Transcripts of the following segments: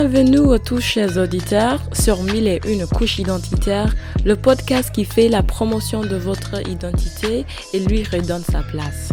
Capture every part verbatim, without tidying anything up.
Bienvenue à tous chers auditeurs sur Mille et une couches identitaires, le podcast qui fait la promotion de votre identité et lui redonne sa place.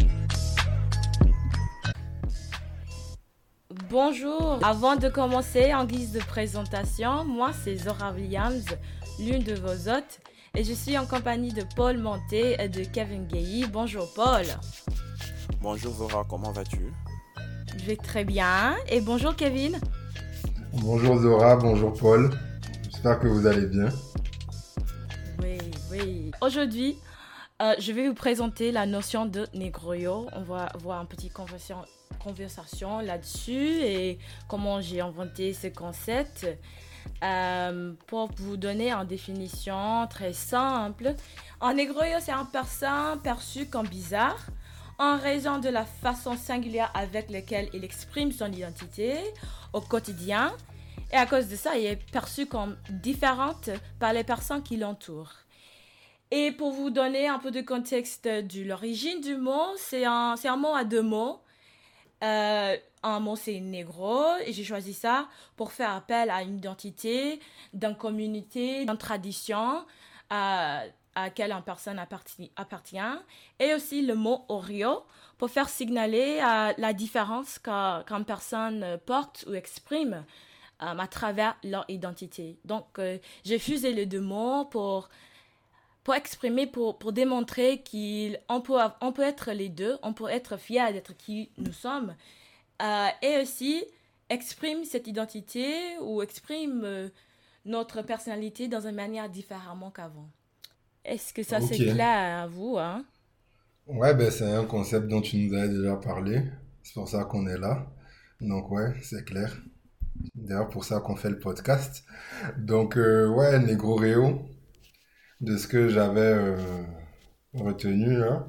Bonjour, avant de commencer, en guise de présentation, moi c'est Zora Williams, l'une de vos hôtes, et je suis en compagnie de Paul Monté et de Kevin Gailly. Bonjour Paul. Bonjour Zora, comment vas-tu? Je vais très bien, et bonjour Kevin. Bonjour Zora, bonjour Paul, j'espère que vous allez bien. Oui, oui. Aujourd'hui, euh, je vais vous présenter la notion de Negroyo. On va avoir une petite conversation, conversation là-dessus et comment j'ai inventé ce concept. Euh, pour vous donner une définition très simple, un Negroyo, c'est une personne perçue comme bizarre en raison de la façon singulière avec laquelle il exprime son identité au quotidien. Et à cause de ça, il est perçu comme différente par les personnes qui l'entourent. Et pour vous donner un peu de contexte de l'origine du mot, c'est un, c'est un mot à deux mots. Euh, un mot, c'est négro, et j'ai choisi ça pour faire appel à une identité, d'une communauté, d'une tradition à, à laquelle une personne appartient, appartient. Et aussi le mot orio pour faire signaler euh, la différence qu'une qu'une personne porte ou exprime euh, à travers leur identité. Donc, euh, j'ai fusé les deux mots pour, pour exprimer, pour, pour démontrer qu'on peut, on peut être les deux, on peut être fier d'être qui nous sommes, euh, et aussi exprime cette identité ou exprime euh, notre personnalité dans une manière différemment qu'avant. Est-ce que ça Ok, c'est clair à vous, hein? ouais, ben c'est un concept dont tu nous as déjà parlé, c'est pour ça qu'on est là, donc ouais, c'est clair. D'ailleurs pour ça qu'on fait le podcast. Donc euh, ouais, Negroréo, de ce que j'avais euh, retenu là,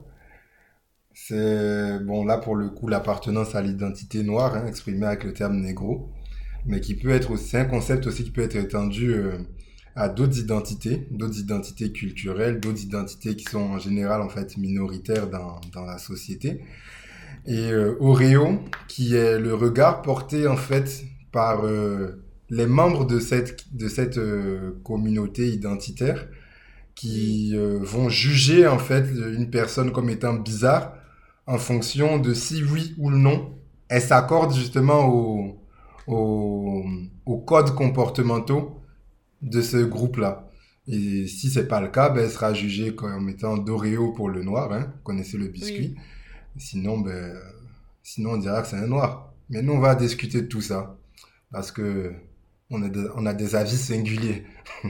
c'est bon là pour le coup l'appartenance à l'identité noire, hein, exprimée avec le terme négro, mais qui peut être aussi c'est un concept aussi qui peut être étendu euh, à d'autres identités, d'autres identités culturelles, d'autres identités qui sont en général en fait minoritaires dans, dans la société. Et euh, Oreo, qui est le regard porté en fait par euh, les membres de cette, de cette euh, communauté identitaire Oui, qui euh, vont juger en fait une personne comme étant bizarre en fonction de si oui ou non elle s'accorde justement au, au, aux codes comportementaux de ce groupe-là. Et si c'est pas le cas, ben, elle sera jugée comme étant d'Oreo pour le noir, hein, vous connaissez le oui. biscuit. Sinon, ben, sinon on dira que c'est un noir. Mais nous, on va discuter de tout ça parce que on a, de- on a des avis singuliers.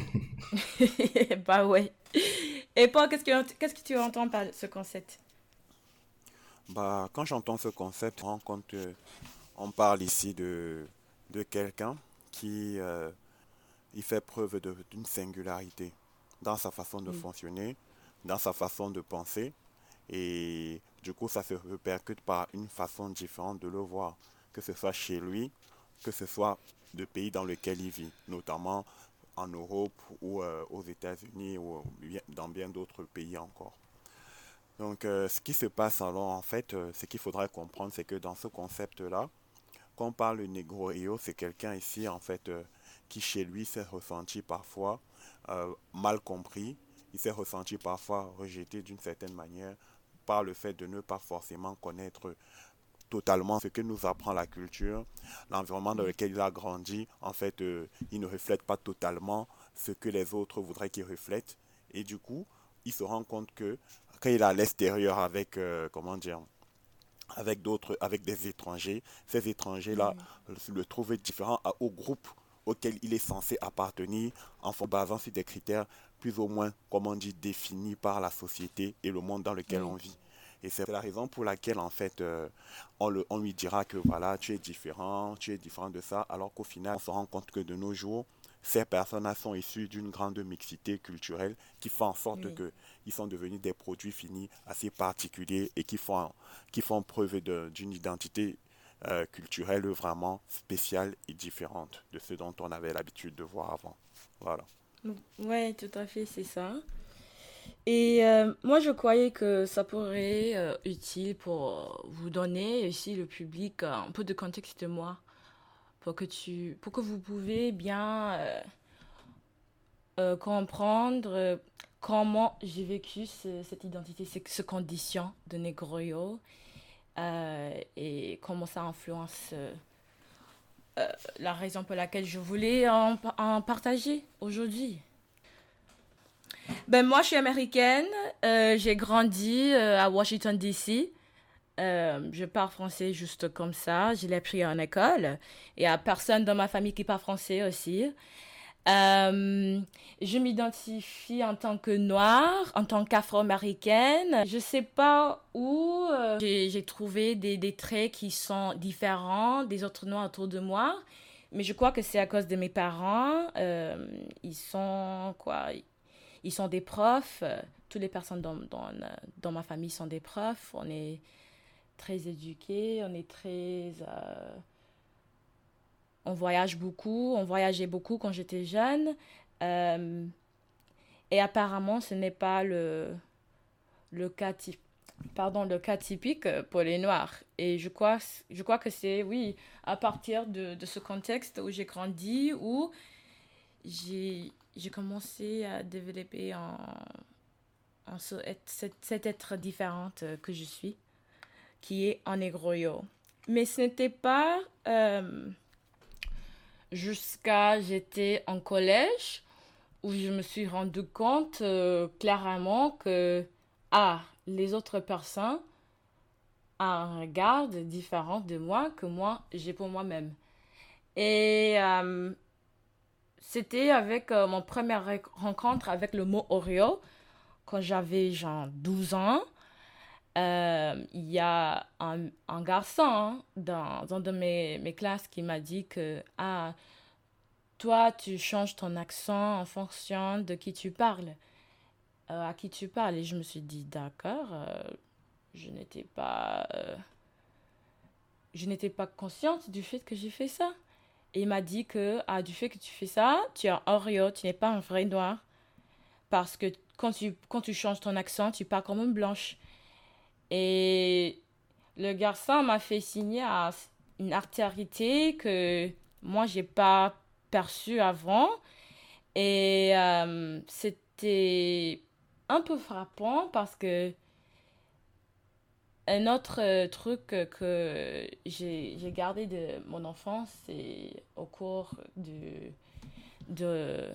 Bah ouais. Et Paul, qu'est-ce que, qu'est-ce que tu entends par ce concept? Bah, quand j'entends ce concept, je me rends compte qu'on parle ici de, de quelqu'un qui euh, il fait preuve de- d'une singularité dans sa façon de Oui, fonctionner, dans sa façon de penser, et du coup, ça se répercute par une façon différente de le voir, que ce soit chez lui, que ce soit le pays dans lequel il vit, notamment en Europe ou euh, aux États-Unis ou bien- dans bien d'autres pays encore. Donc, euh, ce qui se passe alors, en fait, euh, ce qu'il faudrait comprendre, c'est que dans ce concept-là, quand on parle de négro c'est quelqu'un ici, en fait, euh, qui chez lui s'est ressenti parfois euh, mal compris, il s'est ressenti parfois rejeté d'une certaine manière par le fait de ne pas forcément connaître totalement ce que nous apprend la culture, l'environnement dans oui, lequel il a grandi, en fait, euh, il ne reflète pas totalement ce que les autres voudraient qu'il reflète. Et du coup, il se rend compte que quand il est à l'extérieur avec, euh, comment dire, avec d'autres, avec des étrangers, ces étrangers-là oui, le trouvent différent à- au groupe auquel il est censé appartenir en se basant sur des critères plus ou moins, comme on dit, définis par la société et le monde dans lequel on oui, vit. Et c'est la raison pour laquelle, en fait, euh, on, le- on lui dira que voilà, tu es différent, tu es différent de ça, alors qu'au final, on se rend compte que de nos jours, ces personnes sont issues d'une grande mixité culturelle qui fait en sorte oui. qu'ils sont devenus des produits finis assez particuliers et qui font, qui font preuve de- d'une identité euh, culturelle vraiment spéciale et différente de ce dont on avait l'habitude de voir avant. Voilà. Ouais, tout à fait, c'est ça. Et euh, moi, je croyais que ça pourrait être utile pour vous donner, ici, le public, euh, un peu de contexte de moi. pour que, tu, pour que vous pouvez bien euh, euh, comprendre euh, comment j'ai vécu ce- cette identité, ce, ce condition de Negroyo euh, et comment ça influence euh, euh, la raison pour laquelle je voulais en, en partager aujourd'hui. Ben, moi, je suis américaine. Euh, j'ai grandi euh, à Washington, D C. Euh, je parle français juste comme ça. Je l'ai appris en école. Il n'y a personne dans ma famille qui parle français aussi. Euh, je m'identifie en tant que noire, en tant qu'afro-américaine. Je sais pas où euh, j'ai, j'ai trouvé des, des traits qui sont différents des autres noirs autour de moi. Mais je crois que c'est à cause de mes parents. Euh, ils sont quoi? Ils sont des profs. Euh, toutes les personnes dans, dans, dans ma famille sont des profs. On est très éduqués. On est très... Euh, on voyage beaucoup. On voyageait beaucoup quand j'étais jeune. Euh, et apparemment, ce n'est pas le, le cas type. Pardon, le cas typique pour les Noirs. Et je crois, je crois que c'est, oui, à partir de, de ce contexte où j'ai grandi, où j'ai, j'ai commencé à développer en, en ce, cet, cet être différente que je suis, qui est en Negroyo. Mais ce n'était pas euh, jusqu'à j'étais en collège où je me suis rendu compte euh, clairement que ah, les autres personnes ont un regard différent de moi que moi j'ai pour moi-même. Et euh, c'était avec euh, mon première rencontre avec le mot Oreo quand j'avais genre douze ans. Euh, Il y a un, un garçon hein, dans, dans une de mes, mes classes qui m'a dit que ah, toi, tu changes ton accent en fonction de qui tu parles, euh, à qui tu parles. Et je me suis dit, d'accord, euh, je n'étais pas, euh, je n'étais pas consciente du fait que j'ai fait ça. Et il m'a dit que, ah, du fait que tu fais ça, tu es un Oreo, tu n'es pas un vrai noir. Parce que quand tu, quand tu changes ton accent, tu parles comme une blanche. Et le garçon m'a fait signer à une altérité que moi, j'ai pas perçue avant. Et euh, c'était un peu frappant parce que un autre euh, truc que j'ai, j'ai gardé de mon enfance, c'est au cours de, de,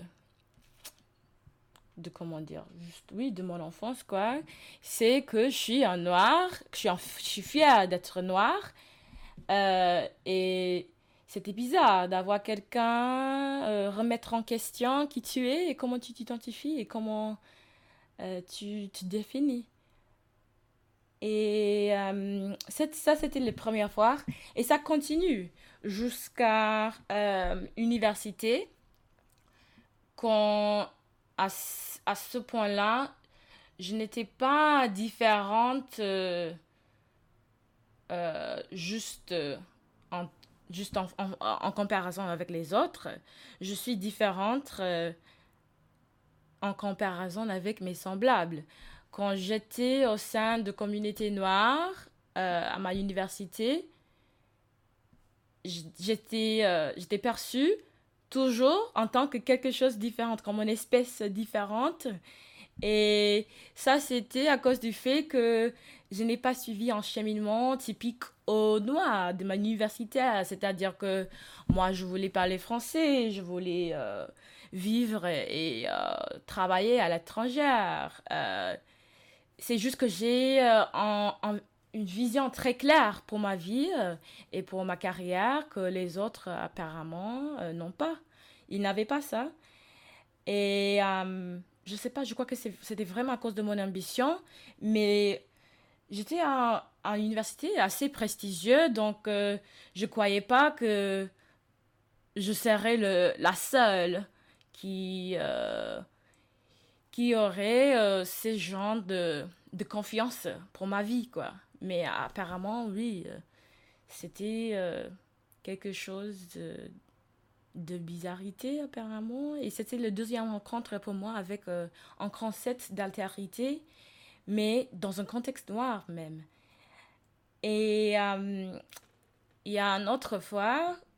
de comment dire, juste, oui, de mon enfance, quoi, c'est que je suis un noir, que je suis, en- je suis fière d'être noire. Euh, et c'était bizarre d'avoir quelqu'un euh, remettre en question qui tu es et comment tu t'identifies et comment euh, tu te définis. Et euh, c'est- ça, c'était les premières fois. Et ça continue jusqu'à euh, université, quand à, ce- à ce point-là, je n'étais pas différente euh, euh, juste, euh, en, juste en, en, en comparaison avec les autres. Je suis différente euh, en comparaison avec mes semblables. Quand j'étais au sein de communautés noires euh, à ma université, j- j'étais euh, j'étais perçue toujours en tant que quelque chose de différent, comme une espèce différente. Et ça, c'était à cause du fait que je n'ai pas suivi un cheminement typique au noir de ma université. C'est-à-dire que moi, je voulais parler français, je voulais euh, vivre et, et, euh, travailler à l'étranger. Euh, c'est juste que j'ai euh, un- un- une vision très claire pour ma vie euh, et pour ma carrière que les autres, euh, apparemment, euh, n'ont pas. Ils n'avaient pas ça. Et euh, je sais pas, je crois que c'est- c'était vraiment à cause de mon ambition, mais j'étais à, à une université assez prestigieuse, donc euh, je croyais pas que je serais le, la seule qui, euh, qui aurait euh, ce genre de, de confiance pour ma vie, quoi. Mais apparemment, oui, euh, c'était euh, quelque chose de, de bizarreté apparemment. Et c'était le deuxième rencontre pour moi avec euh, un concept d'altérité, mais dans un contexte noir même. Et euh, il y a une autre fois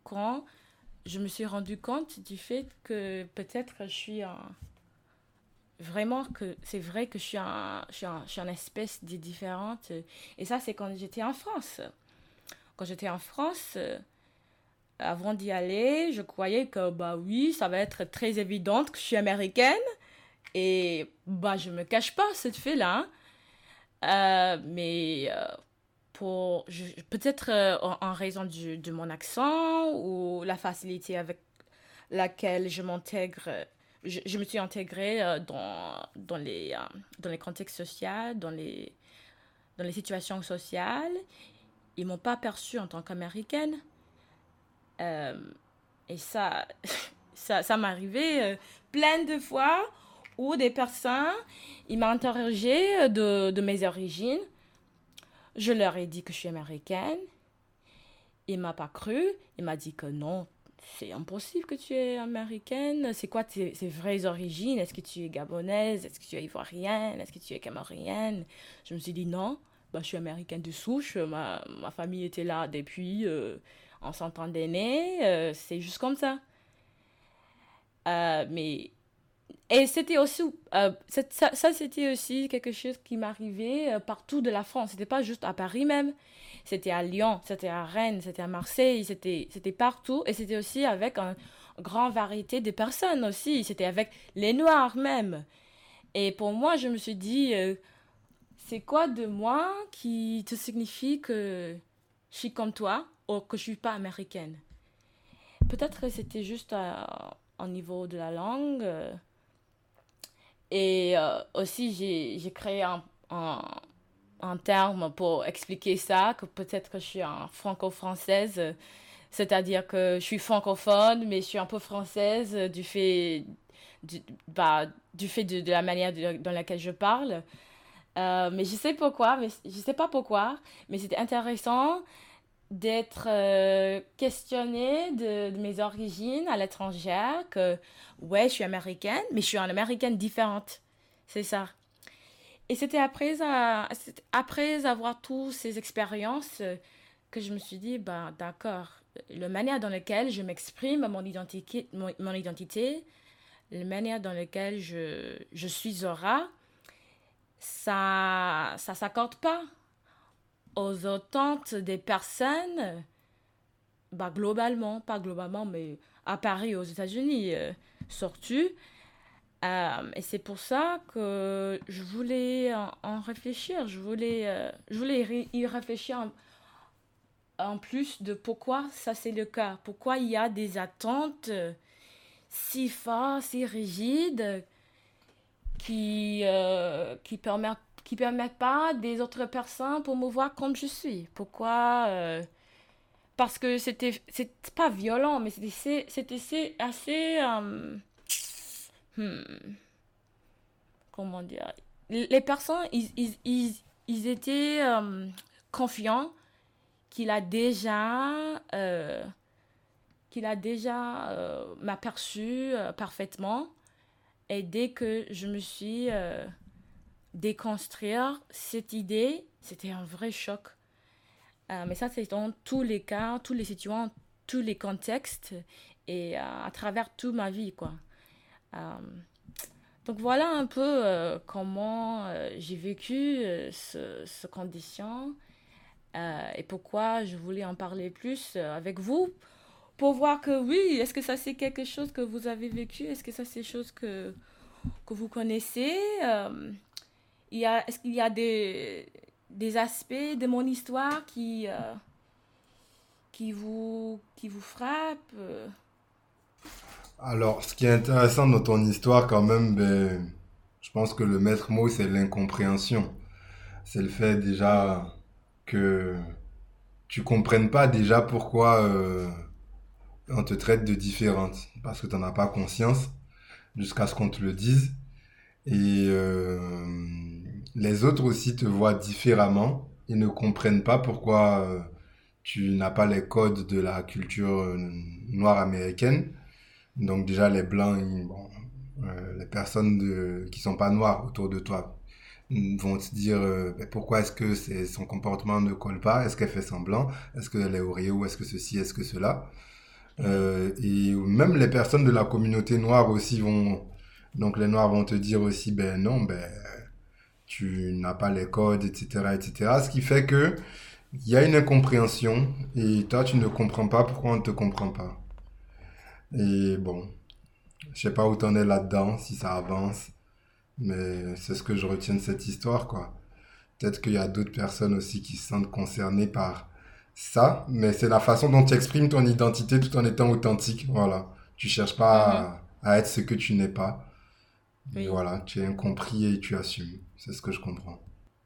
quand je me suis rendu compte du fait que peut-être je suis un... Vraiment que c'est vrai que je suis un, je suis un, je suis une espèce de différente. Et ça, c'est quand j'étais en France. Quand j'étais en France, euh, avant d'y aller, je croyais que, bah oui, ça va être très évident que je suis américaine. Et, bah, je me cache pas cette fait-là. Hein. Euh, mais euh, pour, je- peut-être euh, en, en raison du- de mon accent ou la facilité avec laquelle je m'intègre, je, je me suis intégrée euh, dans, dans les, euh, dans les contextes sociaux, dans les, dans les situations sociales. Ils m'ont pas perçue en tant qu'américaine. Euh, et ça, ça, ça m'est arrivé euh, plein de fois où des personnes, ils m'ont interrogé de, de mes origines. Je leur ai dit que je suis américaine. Il m'a pas cru. Il m'a dit que non, c'est impossible que tu es américaine. C'est quoi tes, tes vraies origines? Est-ce que tu es gabonaise? Est-ce que tu es ivoirienne? Est-ce que tu es camerounienne? Je me suis dit non, bah, je suis américaine de souche. Ma, ma famille était là depuis euh, en centaine d'années. Euh, c'est juste comme ça. Euh, mais et c'était aussi, euh, c'est- ça, ça, c'était aussi quelque chose qui m'arrivait euh, partout de la France. C'était pas juste à Paris même. C'était à Lyon, c'était à Rennes, c'était à Marseille, c'était, c'était partout. Et c'était aussi avec une grande variété de personnes aussi. C'était avec les Noirs même. Et pour moi, je me suis dit, euh, c'est quoi de moi qui te signifie que je suis comme toi ou que je suis pas américaine? Peut-être que c'était juste à- au niveau de la langue. euh, Et euh, aussi, j'ai, j'ai créé un, un, un terme pour expliquer ça, que peut-être que je suis un franco-française, euh, c'est-à-dire que je suis francophone, mais je suis un peu française euh, du fait, du, bah, du fait de, de la manière de- dans laquelle je parle. Euh, mais je sais pourquoi, mais je sais pas pourquoi, mais c'était intéressant d'être euh, questionnée de, de mes origines à l'étranger, que ouais, je suis américaine, mais je suis une américaine différente. C'est ça. Et c'était après, euh, c'était après avoir toutes ces expériences euh, que je me suis dit, bah, d'accord, la manière dans laquelle je m'exprime, mon identité, mon, mon identité, la manière dans laquelle je, je suis Zora, ça ça s'accorde pas aux attentes des personnes, bah, globalement, pas globalement, mais à Paris, aux États-Unis, euh, surtout. Euh, et c'est pour ça que je voulais en, en réfléchir, je voulais, euh, je voulais ré- y réfléchir en, en plus de pourquoi ça c'est le cas, pourquoi il y a des attentes euh, si fortes, si rigides, qui, euh, qui permettent, qui permettent pas des autres personnes pour me voir comme je suis. Pourquoi euh, parce que c'était c'est pas violent, mais c'était c'était assez assez euh, hmm, comment dire, les personnes ils, ils, ils, ils étaient euh, confiants qu'il a déjà euh, qu'il a déjà euh, m'aperçu euh, parfaitement, et dès que je me suis euh, déconstruire cette idée, c'était un vrai choc. Euh, mais ça, c'est dans tous les cas, tous les situations, tous les contextes et euh, à travers toute ma vie, quoi. Euh, donc voilà un peu euh, comment euh, j'ai vécu euh, ce, ce condition euh, et pourquoi je voulais en parler plus euh, avec vous pour voir que oui, est-ce que ça c'est quelque chose que vous avez vécu, est-ce que ça c'est quelque chose que, que vous connaissez, euh, il y a, est-ce qu'il y a des, des aspects de mon histoire qui, euh, qui, vous, qui vous frappent euh, Alors, ce qui est intéressant dans ton histoire quand même, ben, je pense que le maître mot, c'est l'incompréhension. C'est le fait déjà que tu comprennes pas déjà pourquoi euh, on te traite de différente. Parce que tu n'en as pas conscience jusqu'à ce qu'on te le dise. Et euh, les autres aussi te voient différemment. Ils ne comprennent pas pourquoi euh, tu n'as pas les codes de la culture euh, noire américaine. Donc déjà les blancs, ils- bon, euh, les personnes de, qui sont pas noires autour de toi vont te dire euh, ben, pourquoi est-ce que c'est, son comportement ne colle pas, est-ce qu'elle fait semblant, est-ce qu'elle est Oreo, est-ce que ceci, est-ce que cela. Oui. Euh, et même les personnes de la communauté noire aussi vont, donc les noirs vont te dire aussi, ben non, ben tu n'as pas les codes, et cetera, et cetera. Ce qui fait que il y a une incompréhension et toi tu ne comprends pas pourquoi on ne te comprend pas. Et bon, je sais pas où t'en es là-dedans, si ça avance, mais c'est ce que je retiens de cette histoire, quoi. Peut-être qu'il y a d'autres personnes aussi qui se sentent concernées par ça, mais c'est la façon dont tu exprimes ton identité tout en étant authentique. Voilà. Tu cherches Mhm. pas à, à être ce que tu n'es pas. Et Oui. voilà, tu es incompris et tu assumes. C'est ce que je comprends.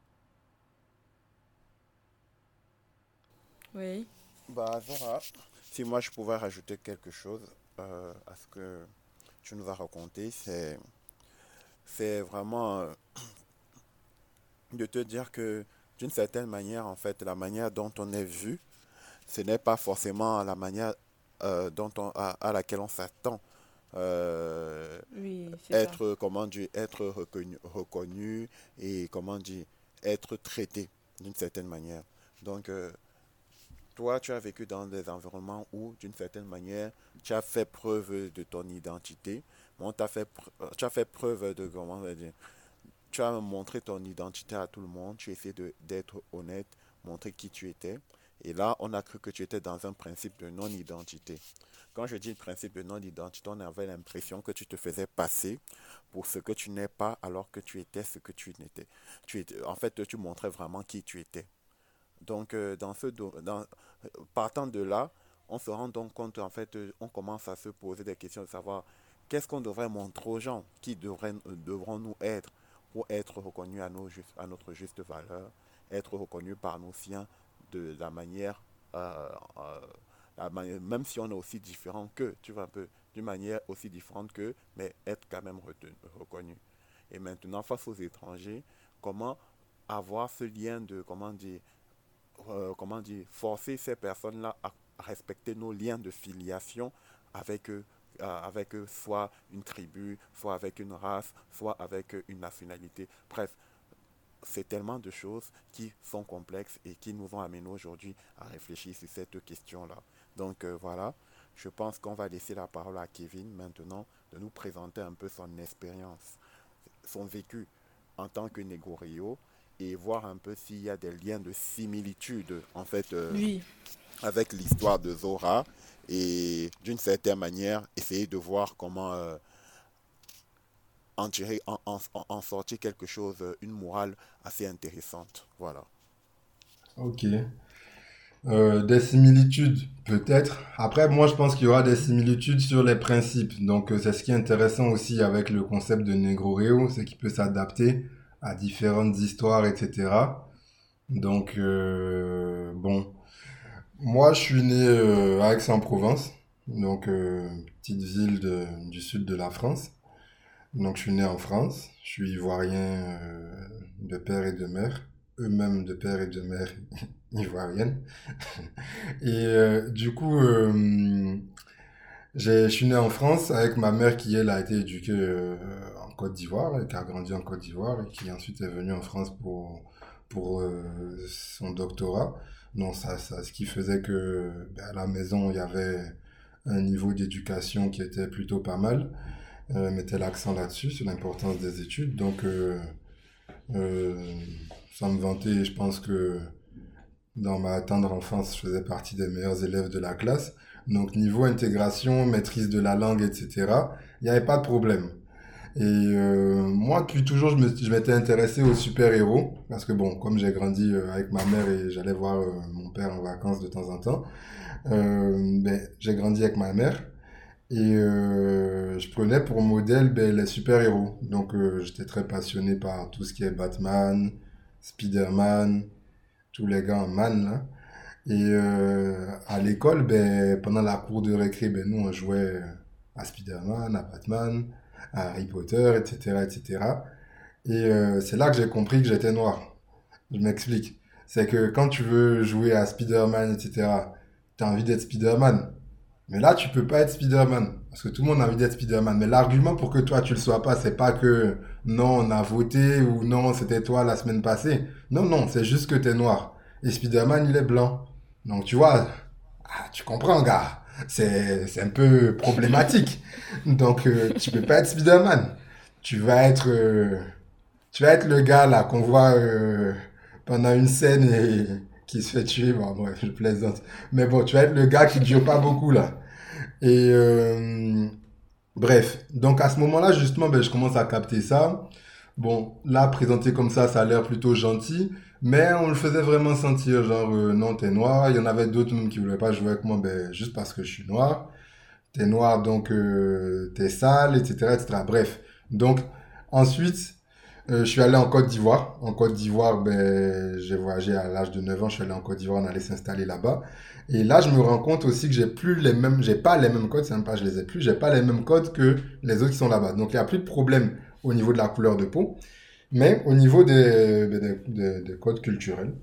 Oui. Bah, Zora, si moi je pouvais rajouter quelque chose euh, à ce que tu nous as raconté, c'est, c'est vraiment euh, de te dire que d'une certaine manière, en fait, la manière dont on est vu, ce n'est pas forcément la manière euh, dont on, à, à laquelle on s'attend. Euh, Oui, c'est ça. être, comment dire, être reconnu, reconnu et, comment dire, être traité d'une certaine manière. Donc, euh, toi, tu as vécu dans des environnements où, d'une certaine manière, tu as fait preuve de ton identité. Bon, t'as fait, pr- euh, tu as fait preuve de, comment on va dire, tu as montré ton identité à tout le monde. Tu essaies de, d'être honnête, montrer qui tu étais. Et là, on a cru que tu étais dans un principe de non-identité. Quand je dis le principe de non-identité, on avait l'impression que tu te faisais passer pour ce que tu n'es pas alors que tu étais ce que tu n'étais. Tu étais, en fait, tu montrais vraiment qui tu étais. Donc, euh, dans ce, do- dans, euh, partant de là, on se rend donc compte, en fait, euh, on commence à se poser des questions de savoir qu'est-ce qu'on devrait montrer aux gens, qui devraient, euh, devront-nous être pour être reconnus à, nos justes- à notre juste valeur, être reconnus par nos siens de la manière, euh, euh, la manière- même si on est aussi différent qu'eux, tu vois un peu, d'une manière aussi différente qu'eux, mais être quand même retenu- reconnu. Et maintenant, face aux étrangers, comment avoir ce lien de, comment dire, euh, comment dire, forcer ces personnes-là à respecter nos liens de filiation avec eux, euh, avec eux, soit une tribu, soit avec une race, soit avec euh, une nationalité. Bref, c'est tellement de choses qui sont complexes et qui nous ont amenés aujourd'hui à réfléchir sur cette question-là. Donc euh, voilà, je pense qu'on va laisser la parole à Kevin maintenant de nous présenter un peu son expérience, son vécu en tant que Negorio et voir un peu s'il y a des liens de similitude en fait euh, Oui. avec l'histoire de Zora et d'une certaine manière essayer de voir comment euh, en tirer en, en- en sortir quelque chose, euh, une morale assez intéressante. Voilà. Ok. Euh, des similitudes, peut-être. Après, moi, je pense qu'il y aura des similitudes sur les principes. Donc, euh, c'est ce qui est intéressant aussi avec le concept de Negroreo, c'est qu'il peut s'adapter à différentes histoires, et cetera. Donc, euh, bon. Moi, je suis né euh, à Aix-en-Provence, donc euh, petite ville de- du sud de la France. Donc, je suis né en France. Je suis ivoirien euh, de père et de mère, eux-mêmes de père et de mère ivoirienne. Et euh, du coup, euh, j'ai- je suis né en France avec ma mère qui, elle, a été éduquée euh, en Côte d'Ivoire, et qui a grandi en Côte d'Ivoire et qui ensuite est venue en France pour, pour euh, son doctorat. Donc, ça, ça, ce qui faisait que ben, à la maison, il y avait un niveau d'éducation qui était plutôt pas mal. Euh, mettait l'accent là-dessus, sur l'importance des études. Donc, euh, euh, sans me vanter, je pense que dans ma tendre enfance, je faisais partie des meilleurs élèves de la classe. Donc, niveau intégration, maîtrise de la langue, et cetera, il n'y avait pas de problème. Et euh, moi, depuis toujours, je me- je m'étais intéressé aux super-héros. Parce que, bon, comme j'ai grandi euh, avec ma mère et j'allais voir euh, mon père en vacances de temps en temps, euh, ben, j'ai grandi avec ma mère. Et euh, je prenais pour modèle ben, les super-héros. Donc, euh, j'étais très passionné par tout ce qui est Batman, Spider-Man, tous les gars en man, là. Et euh, à l'école, ben, pendant la cour de récré, ben, nous, on jouait à Spider-Man, à Batman, à Harry Potter, et cetera, et cetera. Et cetera. Et euh, c'est là que j'ai compris que j'étais noir. Je m'explique. C'est que quand tu veux jouer à Spider-Man, et cetera, tu as envie d'être Spider-Man. Mais là, tu peux pas être Spider-Man. Parce que tout le monde a envie d'être Spider-Man. Mais l'argument pour que toi, tu le sois pas, c'est pas que non, on a voté ou non, c'était toi la semaine passée. Non, non, c'est juste que t'es noir. Et Spider-Man, il est blanc. Donc, tu vois, ah, tu comprends, gars. C'est, c'est un peu problématique. Donc, euh, tu peux pas être Spider-Man. Tu vas être, euh, tu vas être le gars là qu'on voit euh, pendant une scène et qui se fait tuer. Bon, bref, je plaisante. Mais bon, tu vas être le gars qui dure pas beaucoup là. Et euh, bref, donc à ce moment-là, justement, ben, je commence à capter ça. Bon, là, présenté comme ça, ça a l'air plutôt gentil, mais on le faisait vraiment sentir, genre, euh, non, t'es noir. Il y en avait d'autres même qui voulaient pas jouer avec moi, ben, juste parce que je suis noir. T'es noir, donc euh, t'es sale, et cetera, et cetera. Bref, donc ensuite, euh, je suis allé en Côte d'Ivoire. En Côte d'Ivoire, ben, j'ai voyagé à l'âge de neuf ans, je suis allé en Côte d'Ivoire, on allait s'installer là-bas. Et là, je me rends compte aussi que j'ai plus les mêmes, j'ai pas les mêmes codes, c'est même pas je les ai plus, j'ai pas les mêmes codes que les autres qui sont là-bas. Donc, il y a plus de problème au niveau de la couleur de peau, mais au niveau des, des, des- des codes culturels.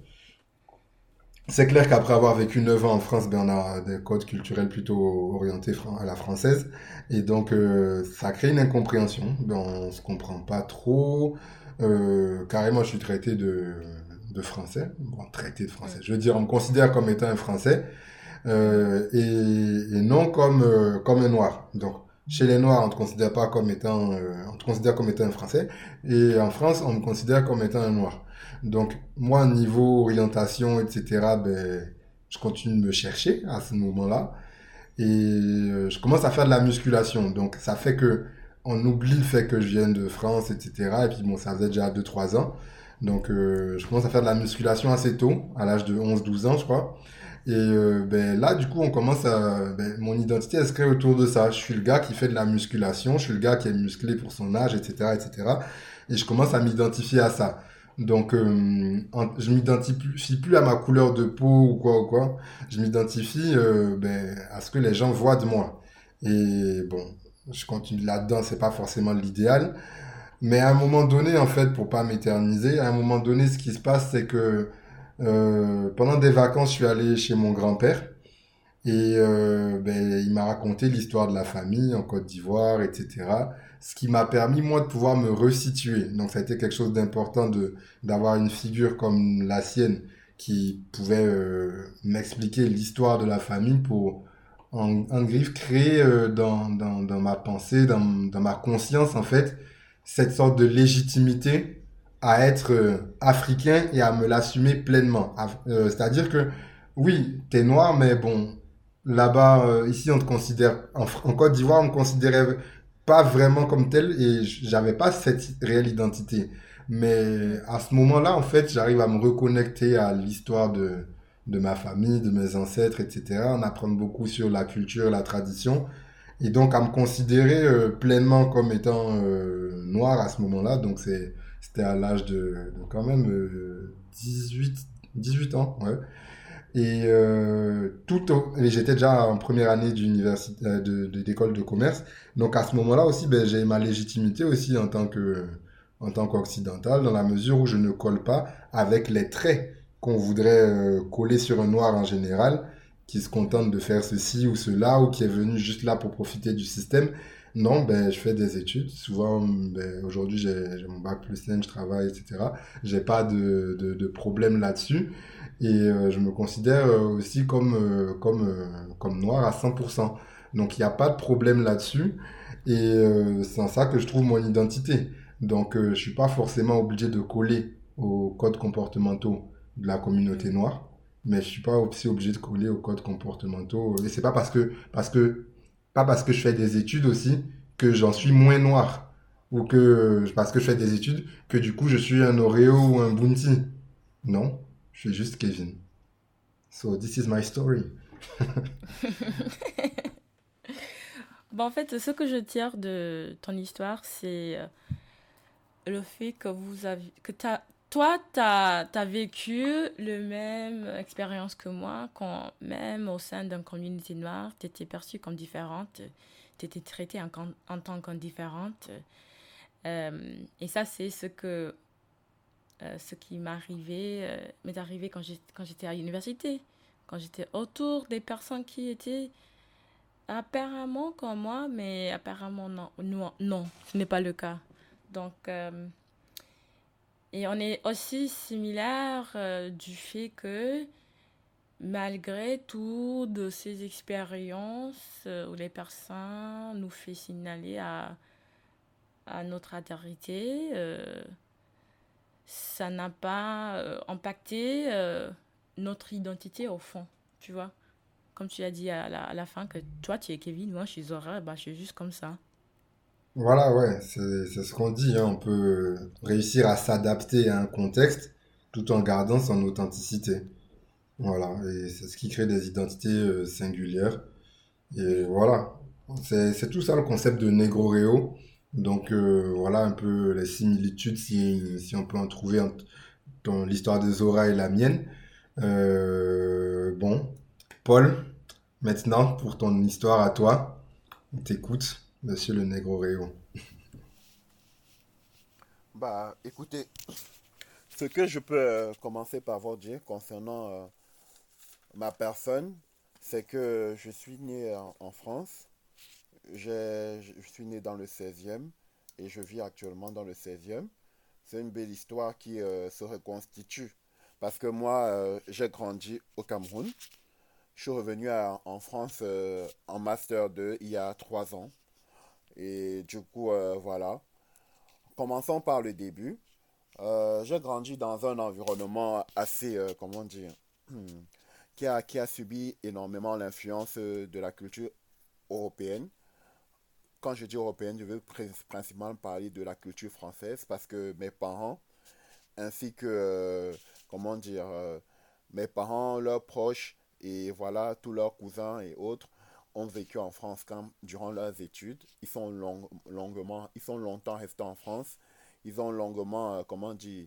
C'est clair qu'après avoir vécu neuf ans en France, ben, on a des codes culturels plutôt orientés fran- à la française. Et donc, euh, ça crée une incompréhension. Ben, on se comprend pas trop. Euh, carrément, je suis traité de, de français. Bon, traité de français. Mm. Je veux dire, on me considère comme étant un français Mhm. euh, et, et non comme, euh, comme un noir. Donc, chez les noirs, on te considère pas comme étant, euh, on te considère comme étant un français. Et en France, on me considère comme étant un noir. Donc, moi, niveau orientation, et cetera, ben, je continue de me chercher à ce moment-là. Et euh, je commence à faire de la musculation. Donc, ça fait que on oublie le fait que je viens de France, et cetera. Et puis, bon, ça faisait déjà deux trois ans. Donc, euh, je commence à faire de la musculation assez tôt, à l'âge de onze douze ans, je crois. Et euh, ben, là, du coup, on commence à... Ben, mon identité, elle se crée autour de ça. Je suis le gars qui fait de la musculation, je suis le gars qui est musclé pour son âge, et cetera, et cetera. Et cetera. Et je commence à m'identifier à ça. Donc, euh, en- je m'identifie plus à ma couleur de peau ou quoi ou quoi. Je m'identifie euh, ben, à ce que les gens voient de moi. Et bon, je continue là-dedans, c'est pas forcément l'idéal. Mais à un moment donné, en fait, pour pas m'éterniser, à un moment donné, ce qui se passe, c'est que euh, pendant des vacances, je suis allé chez mon grand-père et euh, ben, il m'a raconté l'histoire de la famille en Côte d'Ivoire, et cetera. Ce qui m'a permis, moi, de pouvoir me resituer. Donc, ça a été quelque chose d'important de d'avoir une figure comme la sienne qui pouvait euh, m'expliquer l'histoire de la famille pour, en, en griffe, créer euh, dans, dans, dans ma pensée, dans, dans ma conscience, en fait, cette sorte de légitimité à être euh, africain et à me l'assumer pleinement. Af- euh, c'est-à-dire que, oui, t'es noir, mais bon, là-bas, euh, ici, on te considère, en, Fr- en Côte d'Ivoire, on me considérait pas vraiment comme tel et j- j'avais pas cette réelle identité. Mais Mm. à ce moment-là, en fait, j'arrive à me reconnecter à l'histoire de, de ma famille, de mes ancêtres, et cetera. On apprend beaucoup sur la culture, la tradition. Et donc à me considérer euh, pleinement comme étant euh, noir à ce moment-là. Donc c'est, c'était à l'âge de, de quand même euh, dix-huit, dix-huit ans. Ouais. Et, euh, tout au- et j'étais déjà en première année d'université, euh, de, de- d'école de commerce. Donc à ce moment-là aussi, ben, j'ai ma légitimité aussi en tant que, en tant qu'occidental, dans la mesure où je ne colle pas avec les traits qu'on voudrait euh, coller sur un noir en général, qui se contente de faire ceci ou cela, ou qui est venu juste là pour profiter du système. Non, ben, je fais des études. Souvent, ben, aujourd'hui, j'ai, j'ai mon bac plus cinq, je travaille, et cetera. J'ai pas de, de, de problème là-dessus. Et euh, je me considère euh, aussi comme, euh, comme, euh, comme noir à cent pour cent. Donc il n'y a pas de problème là-dessus. Et euh, c'est en ça que je trouve mon identité. Donc euh, je suis pas forcément obligé de coller aux codes comportementaux de la communauté Mm. noire. Mais je suis pas aussi obligé de coller aux codes comportementaux. Et c'est pas parce que, parce que, pas parce que je fais des études aussi que j'en suis Mhm. moins noir. Ou que parce que je fais des études que du coup je suis un Oreo ou un Bounty. Non, je suis juste Kevin. So this is my story. Bon, en fait, ce que je tire de ton histoire, c'est euh, le fait que vous avez, que t'as, toi, tu as vécu le même expérience que moi, quand même au sein d'une communauté noire, tu étais perçue comme différente, tu étais traitée en, en tant que différente. Euh, et ça, c'est ce que euh, ce qui m'arrivait, euh, m'est arrivé quand j'ai- quand j'étais à l'université, quand j'étais autour des personnes qui étaient apparemment comme moi, mais apparemment non, non, non, ce n'est pas le cas. Donc, euh, et on est aussi similaire euh, du fait que malgré tout de ces expériences euh, où les personnes nous fait signaler à, à notre altérité, euh, ça n'a pas euh, impacté euh, notre identité au fond, tu vois. Comme tu as dit à la, à la fin que toi tu es Kevin, moi je suis Zora, bah, je suis juste comme ça. Voilà, ouais, c'est c'est ce qu'on dit, hein. On peut réussir à s'adapter à un contexte tout en gardant son authenticité. Voilà, et c'est ce qui crée des identités euh, singulières. Et Oui. voilà, c'est c'est tout ça le concept de Negroreo. Donc euh, voilà un peu les similitudes, si, si on peut en trouver entre ton- l'histoire de Zora et la mienne. Euh, bon, Paul, maintenant pour ton histoire à toi, on t'écoute, monsieur le Negroreo. Bah, écoutez, ce que je peux euh, commencer par vous dire concernant euh, ma personne, c'est que je suis né en, en France. J'ai- je suis né dans le seizième et je vis actuellement dans le seizième. C'est une belle histoire qui euh, se reconstitue. Parce que moi, euh, j'ai grandi au Cameroun. Je suis revenu à- en France euh, en Master deux il y a trois ans. Et du coup, euh, voilà. Commençons par le début. Euh, j'ai grandi dans un environnement assez, euh, comment dire, qui a, qui a subi énormément l'influence euh, de la culture européenne. Quand je dis européenne, je veux prin- principalement parler de la culture française parce que mes parents, ainsi que, euh, comment dire, euh, mes parents, leurs proches et voilà, tous leurs cousins et autres ont vécu en France quand, durant leurs études. Ils sont long- longuement, ils sont longtemps restés en France. Ils ont longuement, euh, comment dire,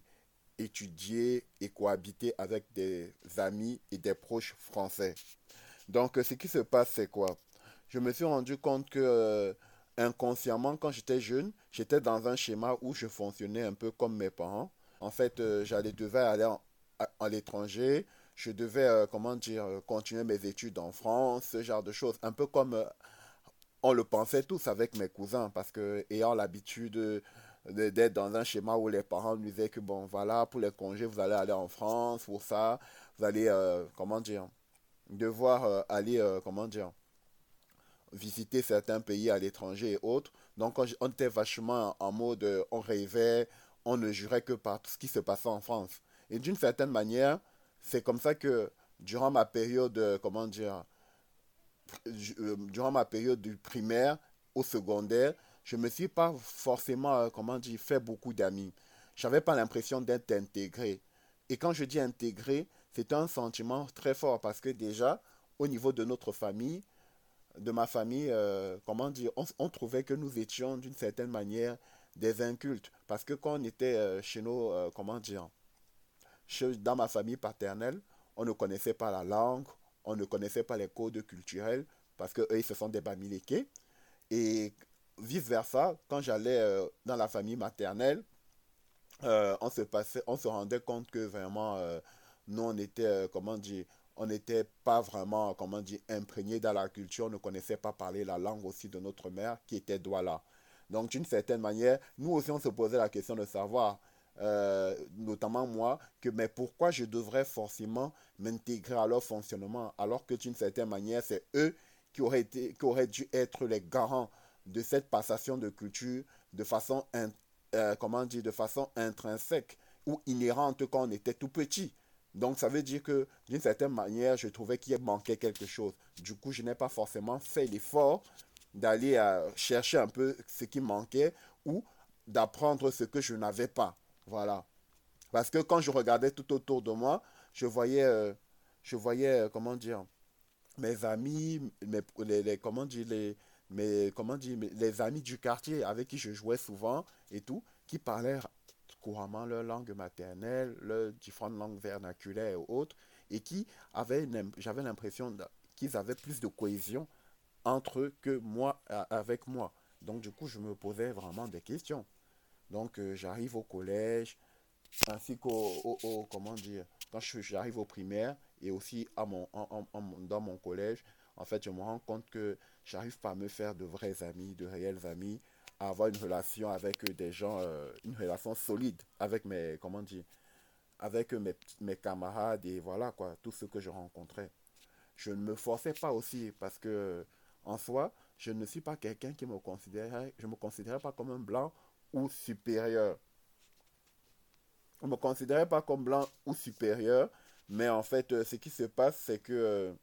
étudié et cohabité avec des amis et des proches français. Donc, euh, ce qui se passe, c'est quoi? Je me suis rendu compte que euh, inconsciemment, quand j'étais jeune, j'étais dans un schéma où je fonctionnais un peu comme mes parents. En fait, euh, j'allais devais aller en- à, à l'étranger. Je devais, euh, comment dire, euh, continuer mes études en France, ce genre de choses. Un peu comme euh, on le pensait tous avec mes cousins, parce que ayant l'habitude euh, de- d'être dans un schéma où les parents nous disaient que, bon, voilà, pour les congés, vous allez aller en France, pour ça, vous allez, euh, comment dire, devoir euh, aller, euh, comment dire, visiter certains pays à l'étranger et autres. Donc, on, on était vachement en mode, euh, on rêvait, on ne jurait que par tout ce qui se passait en France. Et d'une certaine manière, c'est comme ça que durant ma période, euh, comment dire, ju- euh, durant ma période du primaire au secondaire, je me suis pas forcément, euh, comment dire, fait beaucoup d'amis. J'avais pas l'impression d'être intégré. Et quand je dis intégré, c'est un sentiment très fort parce que déjà, au niveau de notre famille, de ma famille, euh, comment dire, on, on trouvait que nous étions d'une certaine manière des incultes. Parce que quand on était euh, chez nos, euh, comment dire, chez- dans ma famille paternelle, on ne connaissait pas la langue, on ne connaissait pas les codes culturels, parce que eux, ils se sont des Bamileke. Et vice-versa, quand j'allais euh, dans la famille maternelle, euh, on se passait, on se rendait compte que vraiment, euh, nous, on était, euh, comment dire, on n'était pas vraiment, comment dire, imprégné dans la culture, on ne connaissait pas parler la langue aussi de notre mère, qui était Douala. Donc, d'une certaine manière, nous aussi, on se posait la question de savoir, euh, notamment moi, que mais pourquoi je devrais forcément m'intégrer à leur fonctionnement, alors que d'une certaine manière, c'est eux qui auraient été, qui auraient dû être les garants de cette passation de culture de façon in- euh, comment dire, de façon intrinsèque ou inhérente quand on était tout petit. Donc ça veut dire que d'une certaine manière, je trouvais qu'il manquait quelque chose. Du coup, je n'ai pas forcément fait l'effort d'aller euh, chercher un peu ce qui manquait ou d'apprendre ce que je n'avais pas. Voilà. Parce que quand je regardais tout autour de moi, je voyais, euh, je voyais, euh, comment dire, mes amis, mes, les, les- comment dire, les, mes, comment dire, mes- les amis du quartier avec qui je jouais souvent et tout, qui parlaient couramment leur langue maternelle, leurs différentes langues vernaculaires et autres, et qui avaient, une- j'avais l'impression de- qu'ils avaient plus de cohésion entre eux que moi euh, avec moi. Donc du coup, je me posais vraiment des questions. Donc euh, j'arrive au collège, ainsi qu'au, au- au- comment dire, quand je- j'arrive au primaire et aussi à mon, en- en- en- dans mon collège, en fait, je me rends compte que j'arrive pas à me faire de vrais amis, de réels amis, à avoir une relation avec des gens, euh, une relation solide avec mes, comment dire, avec mes, mes camarades et voilà quoi, tous ceux que je rencontrais. Je ne me forçais pas aussi parce que en soi, je ne suis pas quelqu'un qui me considérait, je me considérais pas comme un blanc ou supérieur. Je me considérais pas comme blanc ou supérieur, mais en fait, euh, ce qui se passe, c'est que euh,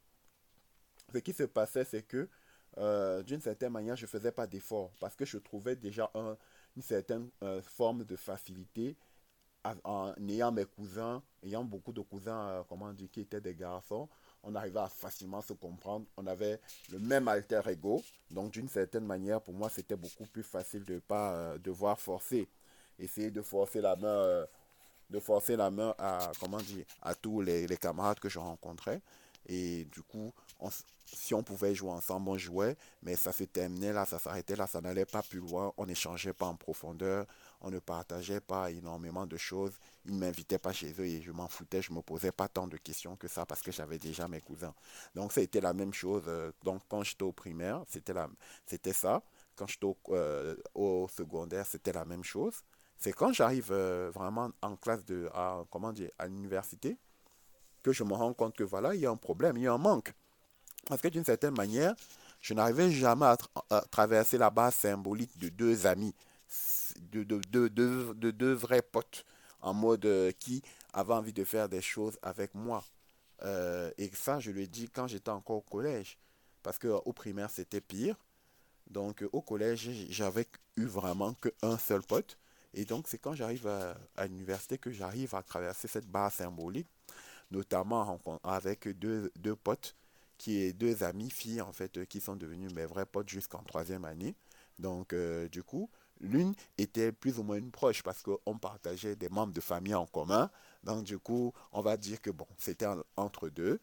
ce qui se passait, c'est que euh, d'une certaine manière, je faisais pas d'effort parce que je trouvais déjà un- une certaine euh, forme de facilité à- en ayant mes cousins, ayant beaucoup de cousins, euh, comment dire, qui étaient des garçons. On arrivait à facilement se comprendre. On avait le même alter ego. Donc, d'une certaine manière, pour moi, c'était beaucoup plus facile de ne pas euh, devoir forcer. Essayer de forcer la main, euh, de forcer la main à, comment dire, à tous les, les camarades que je rencontrais. Et du coup, on si on pouvait jouer ensemble, on jouait, mais ça se terminait là, ça s'arrêtait là, ça n'allait pas plus loin, on n'échangeait pas en profondeur, on ne partageait pas énormément de choses, ils ne m'invitaient pas chez eux et je m'en foutais, je ne me posais pas tant de questions que ça parce que j'avais déjà mes cousins. Donc ça a été la même chose, euh, donc quand j'étais au primaire, c'était la, c'était ça, quand j'étais au, euh, au secondaire, c'était la même chose. C'est quand j'arrive euh, vraiment en classe de, à, comment dire, à l'université, que je me rends compte que voilà, il y a un problème, il y a un manque. Parce que d'une certaine manière, je n'arrivais jamais à, tra- à traverser la base symbolique de deux amis, de, de, de, de, de deux vrais potes, en mode euh, qui avaient envie de faire des choses avec moi. Euh, et ça, je le dis quand j'étais encore au collège. Parce qu'au primaire, c'était pire. Donc, euh, au collège, j'avais eu vraiment qu'un seul pote. Et donc, c'est quand j'arrive à, à l'université que j'arrive à traverser cette barre symbolique, notamment en- avec deux, deux potes, qui est deux amies filles, en fait, euh, qui sont devenues mes vrais potes jusqu'en troisième année. Donc, euh, du coup, l'une était plus ou moins une proche parce qu'on partageait des membres de famille en commun. Donc, du coup, on va dire que bon, c'était en- entre deux.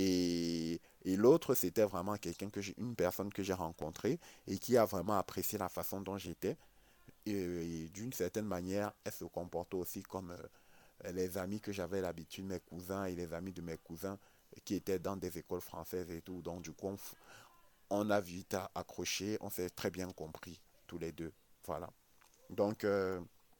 Et, et l'autre, c'était vraiment quelqu'un que j'ai, une personne que j'ai rencontrée et qui a vraiment apprécié la façon dont j'étais. Et, et d'une certaine manière, elle se comportait aussi comme euh, les amis que j'avais l'habitude, mes cousins et les amis de mes cousins qui étaient dans des écoles françaises et tout. Donc, du coup, on, on a vite accroché, on s'est très bien compris tous les deux. Voilà. Donc, euh,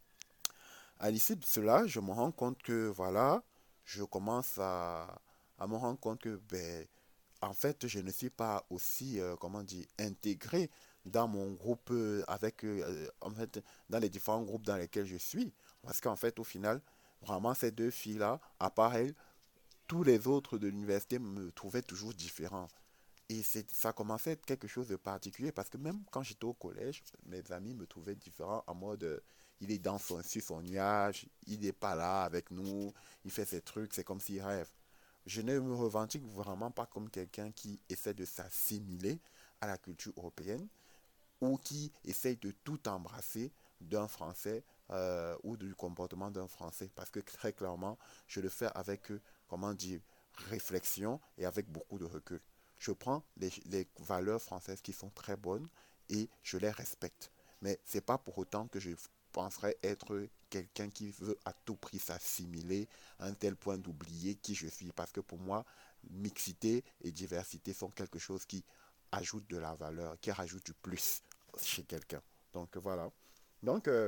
à l'issue de cela, je me rends compte que, voilà, je commence à, à me rendre compte que, ben, en fait, je ne suis pas aussi, euh, comment dire, intégré dans mon groupe, euh, avec, euh, en fait, dans les différents groupes dans lesquels je suis. Parce qu'en fait, au final, vraiment, ces deux filles-là, à part elles, tous les autres de l'université me trouvaient toujours différent. Et c'est, ça commençait à être quelque chose de particulier parce que même quand j'étais au collège, mes amis me trouvaient différent en mode euh, il est dans son, sur son nuage, il n'est pas là avec nous, il fait ses trucs, c'est comme s'il rêve. Je ne me revendique vraiment pas comme quelqu'un qui essaie de s'assimiler à la culture européenne ou qui essaye de tout embrasser d'un Français euh, ou du comportement d'un Français. Parce que très clairement, je le fais avec, euh, comment dire, réflexion et avec beaucoup de recul. Je prends les, les valeurs françaises qui sont très bonnes et je les respecte. Mais c'est pas pour autant que je penserais être quelqu'un qui veut à tout prix s'assimiler à un tel point d'oublier qui je suis. Parce que pour moi, mixité et diversité sont quelque chose qui ajoute de la valeur, qui rajoute du plus chez quelqu'un. Donc voilà. Donc euh,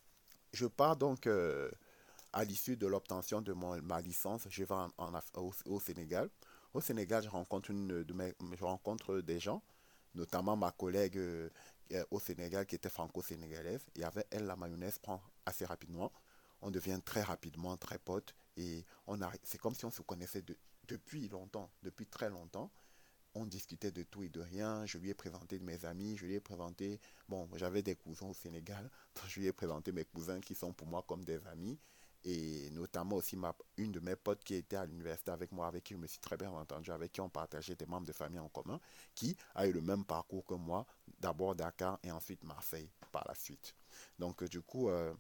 je pars donc euh, à l'issue de l'obtention de mon, ma licence, je vais en, en, au, au, Sénégal. Au Sénégal, je rencontre, une de mes, je rencontre des gens, notamment ma collègue euh, au Sénégal qui était franco-sénégalaise. Et avec elle, la mayonnaise prend assez rapidement. On devient très rapidement très potes. Et on a, c'est comme si on se connaissait de, depuis longtemps, depuis très longtemps. On discutait de tout et de rien. Je lui ai présenté de mes amis. Je lui ai présenté... Bon, j'avais des cousins au Sénégal. Donc je lui ai présenté mes cousins qui sont pour moi comme des amis. Et notamment aussi ma, une de mes potes qui était à l'université avec moi, avec qui je me suis très bien entendu, avec qui on partageait des membres de famille en commun, qui a eu le même parcours que moi. D'abord Dakar et ensuite Marseille par la suite. Donc du coup... Euh,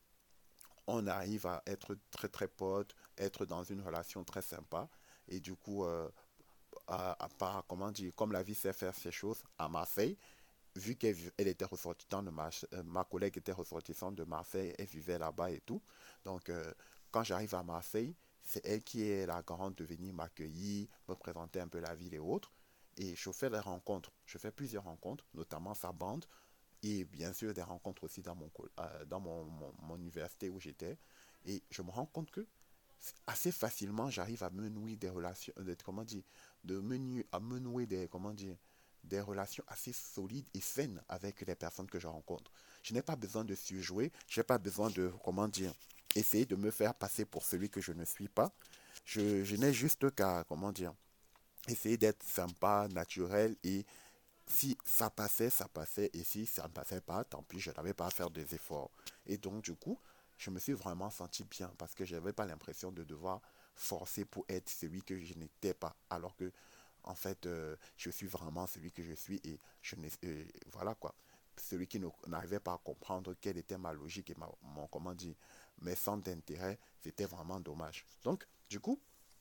on arrive à être très très potes, être dans une relation très sympa. Et du coup, euh, à, à part, comment dire, comme la vie sait faire ces choses à Marseille, vu qu'elle elle était ressortissante de Marseille, euh, ma collègue était ressortissante de Marseille, elle vivait là-bas et tout. Donc, euh, quand j'arrive à Marseille, c'est elle qui est la grande de venir m'accueillir, me présenter un peu la ville et autres. Et je fais des rencontres, je fais plusieurs rencontres, notamment sa bande, et bien sûr des rencontres aussi dans mon, euh, dans mon, mon, mon université où j'étais. Et je me rends compte que assez facilement, j'arrive à me nouer des relations, euh, comment dire, de me nu- à me nouer des, comment dire, des relations assez solides et saines avec les personnes que je rencontre. Je n'ai pas besoin de surjouer, je n'ai pas besoin de, comment dire, essayer de me faire passer pour celui que je ne suis pas. Je, je n'ai juste qu'à, comment dire, essayer d'être sympa, naturel et si ça passait, ça passait. Et si ça ne passait pas, tant pis, je n'avais pas à faire des efforts. Et donc, du coup, je me suis vraiment senti bien parce que je n'avais pas l'impression de devoir forcer pour être celui que je n'étais pas. Alors que, en fait, euh, je suis vraiment celui que je suis et je n'ai, euh, voilà quoi. Celui qui ne- n'arrivait pas à comprendre quelle était ma logique et ma, mon, comment dire, mes centres d'intérêt, c'était vraiment dommage. Donc, du coup,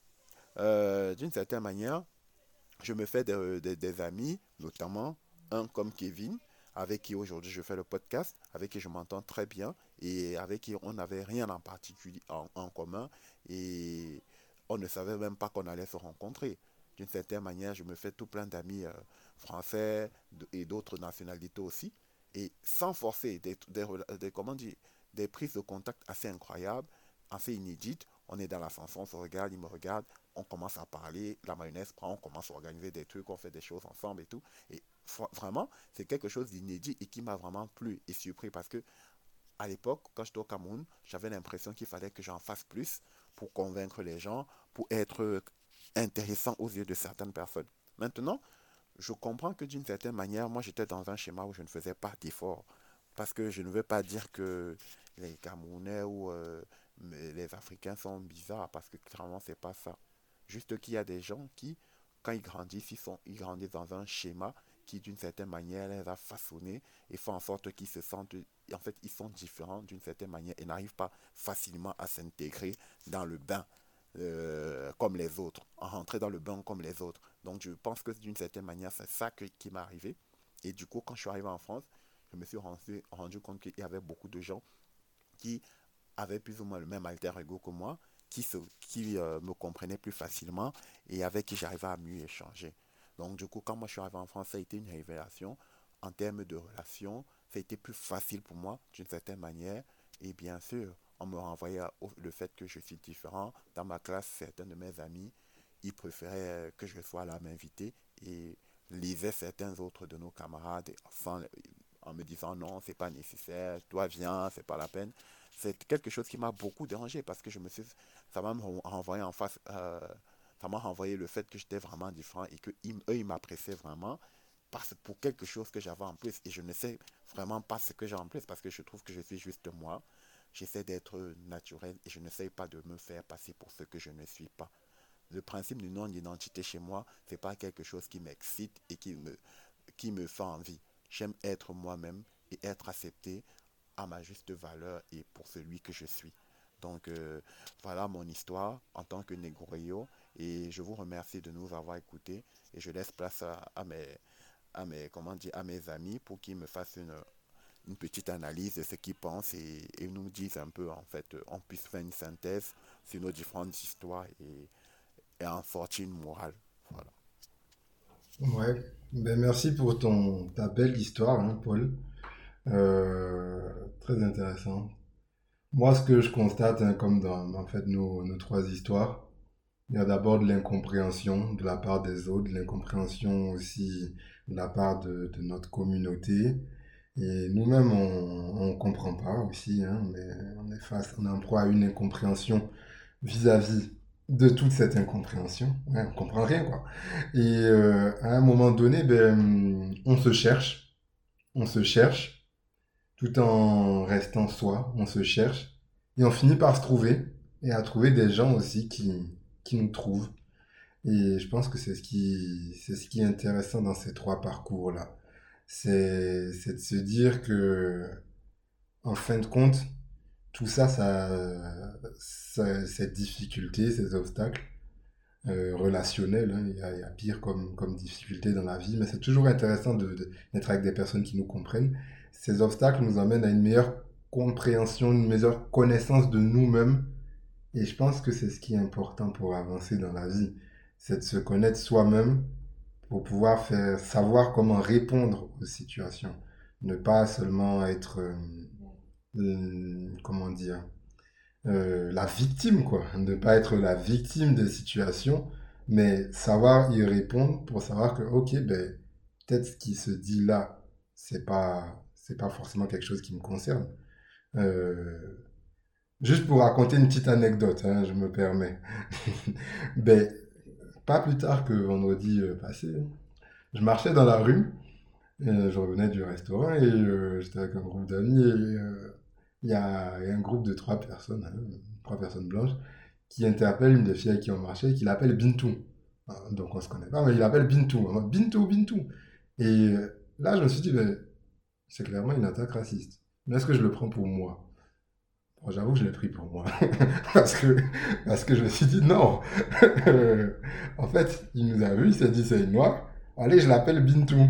euh, d'une certaine manière, je me fais des, des- des amis, notamment un comme Kevin, avec qui aujourd'hui je fais le podcast, avec qui je m'entends très bien et avec qui on n'avait rien en particulier en, en commun et on ne savait même pas qu'on allait se rencontrer. D'une certaine manière, je me fais tout plein d'amis euh, français de- et d'autres nationalités aussi et sans forcer des, des, rela- des- comment dire, des prises de contact assez incroyables, assez inédites. On est dans l'ascenseur, on se regarde, il me regarde, on commence à parler, la mayonnaise prend, on commence à organiser des trucs, on fait des choses ensemble et tout. Et vraiment, c'est quelque chose d'inédit et qui m'a vraiment plu et surpris parce que à l'époque, quand j'étais au Cameroun, j'avais l'impression qu'il fallait que j'en fasse plus pour convaincre les gens, pour être intéressant aux yeux de certaines personnes. Maintenant, je comprends que d'une certaine manière, moi j'étais dans un schéma où je ne faisais pas d'efforts. Parce que je ne veux pas dire que les Camerounais ou euh, les Africains sont bizarres, parce que clairement c'est pas ça. Juste qu'il y a des gens qui, quand ils grandissent, ils, sont, ils grandissent dans un schéma qui d'une certaine manière les a façonnés et font en sorte qu'ils se sentent, en fait ils sont différents d'une certaine manière et n'arrivent pas facilement à s'intégrer dans le bain euh, comme les autres, à rentrer dans le bain comme les autres. Donc je pense que d'une certaine manière, c'est ça que- qui m'est arrivé. Et du coup, quand je suis arrivé en France, je me suis rendu, rendu compte qu'il y avait beaucoup de gens qui avaient plus ou moins le même alter ego que moi, qui, se, qui euh, me comprenaient plus facilement et avec qui j'arrivais à mieux échanger. Donc du coup, quand moi je suis arrivé en France, ça a été une révélation en termes de relations. Ça a été plus facile pour moi d'une certaine manière. Et bien sûr, on me renvoyait au, le fait que je suis différent. Dans ma classe, certains de mes amis, ils préféraient que je sois là à m'inviter et lisaient certains autres de nos camarades sans, en me disant non, c'est pas nécessaire, toi viens, c'est pas la peine. C'est quelque chose qui m'a beaucoup dérangé parce que je me suis, ça m'a renvoyé en face, euh, ça m'a renvoyé le fait que j'étais vraiment différent et que ils, eux ils m'appréciaient vraiment parce, pour quelque chose que j'avais en plus et je ne sais vraiment pas ce que j'ai en plus parce que je trouve que je suis juste moi. J'essaie d'être naturel et je n'essaie pas de me faire passer pour ce que je ne suis pas. Le principe du non-identité chez moi, c'est pas quelque chose qui m'excite et qui me, qui me fait envie. J'aime être moi-même et être accepté à ma juste valeur et pour celui que je suis. Donc euh, voilà mon histoire en tant que Negroyo et je vous remercie de nous avoir écoutés et je laisse place à, à mes, à mes, comment dire, à mes amis pour qu'ils me fassent une, une petite analyse de ce qu'ils pensent et, et nous disent un peu en fait, on puisse faire une synthèse sur nos différentes histoires et, et en sortir une morale. Voilà. Ouais, ben merci pour ton, ta belle histoire, hein, Paul. Euh, très intéressant. Moi, ce que je constate, hein, comme dans en fait nos, nos trois histoires, il y a d'abord de l'incompréhension de la part des autres, de l'incompréhension aussi de la part de, de notre communauté. Et nous-mêmes, on ne comprend pas aussi, hein, mais on est face, on est en proie à une incompréhension vis-à-vis de toute cette incompréhension. Ouais, on comprend rien, quoi. Et euh, à un moment donné, ben, on se cherche, on se cherche, tout en restant soi, on se cherche, et on finit par se trouver, et à trouver des gens aussi qui, qui nous trouvent. Et je pense que c'est ce qui, c'est ce qui est intéressant dans ces trois parcours-là. C'est, c'est de se dire que, en fin de compte, tout ça, ça, ça- cette difficulté, ces obstacles euh, relationnels, hein, il y a, il y a pire comme, comme difficulté dans la vie, mais c'est toujours intéressant de, de- d'être avec des personnes qui nous comprennent. Ces obstacles nous amènent à une meilleure compréhension, une meilleure connaissance de nous-mêmes, et je pense que c'est ce qui est important pour avancer dans la vie, c'est de se connaître soi-même pour pouvoir faire, savoir comment répondre aux situations. Ne pas seulement être, euh, euh, comment dire, euh, la victime, quoi. Ne pas être la victime des situations, mais savoir y répondre pour savoir que, ok, ben, peut-être ce qui se dit là, c'est pas, c'est pas forcément quelque chose qui me concerne. Euh, Juste pour raconter une petite anecdote, hein, je me permets. Ben, pas plus tard que vendredi euh, passé, je marchais dans la rue, euh, je revenais du restaurant et euh, j'étais avec un groupe d'amis et euh, il y, a, il y a un groupe de trois personnes, hein, trois personnes blanches, qui interpellent une des filles avec qui on marchait et qui l'appelle Bintou. Ah, donc on se connaît pas, mais il l'appelle Bintou. En mode, Bintou, Bintou. Et euh, là, je me suis dit, ben, c'est clairement une attaque raciste. Mais est-ce que je le prends pour moi? Bon, j'avoue que je l'ai pris pour moi. parce, que, parce que je me suis dit, non. En fait, il nous a vu, il s'est dit, c'est une noire. Allez, je l'appelle Bintou.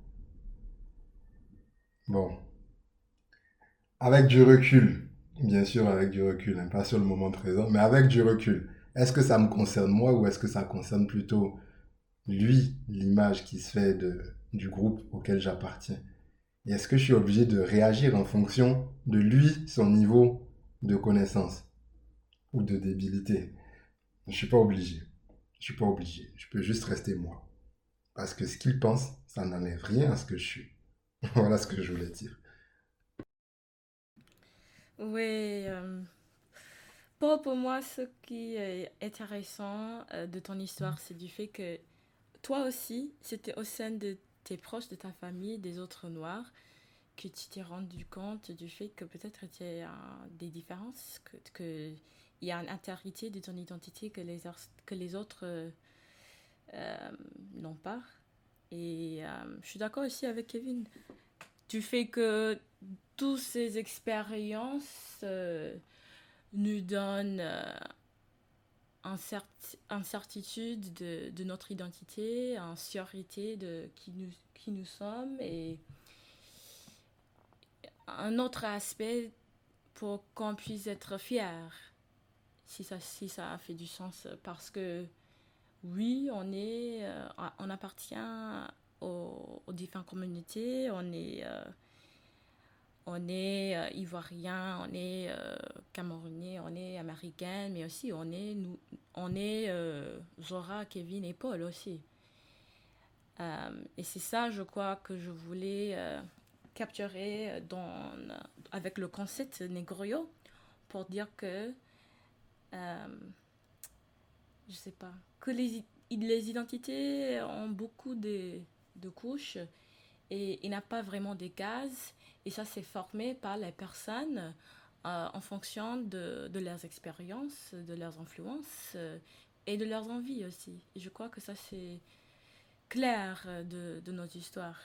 Bon, avec du recul, bien sûr avec du recul, hein, pas sur le moment présent, mais avec du recul. Est-ce que ça me concerne moi ou est-ce que ça concerne plutôt lui, l'image qui se fait de, du groupe auquel j'appartiens? Et est-ce que je suis obligé de réagir en fonction de lui, son niveau de connaissance ou de débilité? Je suis pas obligé. Je suis pas obligé. Je peux juste rester moi. Parce que ce qu'il pense, ça n'enlève rien à ce que je suis. Voilà ce que je voulais dire. Oui, euh, pour, pour moi, ce qui est intéressant euh, de ton histoire, c'est du fait que toi aussi, c'était au sein de tes proches, de ta famille, des autres noirs, que tu t'es rendu compte du fait que peut-être il y a des différences, que, que il y a une altérité de ton identité que les, que les autres euh, euh, n'ont pas. Et euh, je suis d'accord aussi avec Kevin. Du fait que toutes ces expériences euh, nous donnent euh, une certitude de, de notre identité, une sûreté de qui nous, qui nous sommes et un autre aspect pour qu'on puisse être fier, si ça, si ça a fait du sens. Parce que oui, on, est, euh, on appartient aux, aux différentes communautés, on est, euh, on est euh, ivoirien, on est euh, camerounais, on est américain, mais aussi on est, nous, on est euh, Zora, Kevin et Paul aussi. Euh, et c'est ça, je crois, que je voulais euh, capturer dans, avec le concept Negroyo pour dire que, euh, je sais pas, que les, les identités ont beaucoup de, de couches et il n'y a pas vraiment de cases. Et ça, c'est formé par les personnes euh, en fonction de, de leurs expériences, de leurs influences euh, et de leurs envies aussi. Et je crois que ça, c'est clair de, de notre histoire.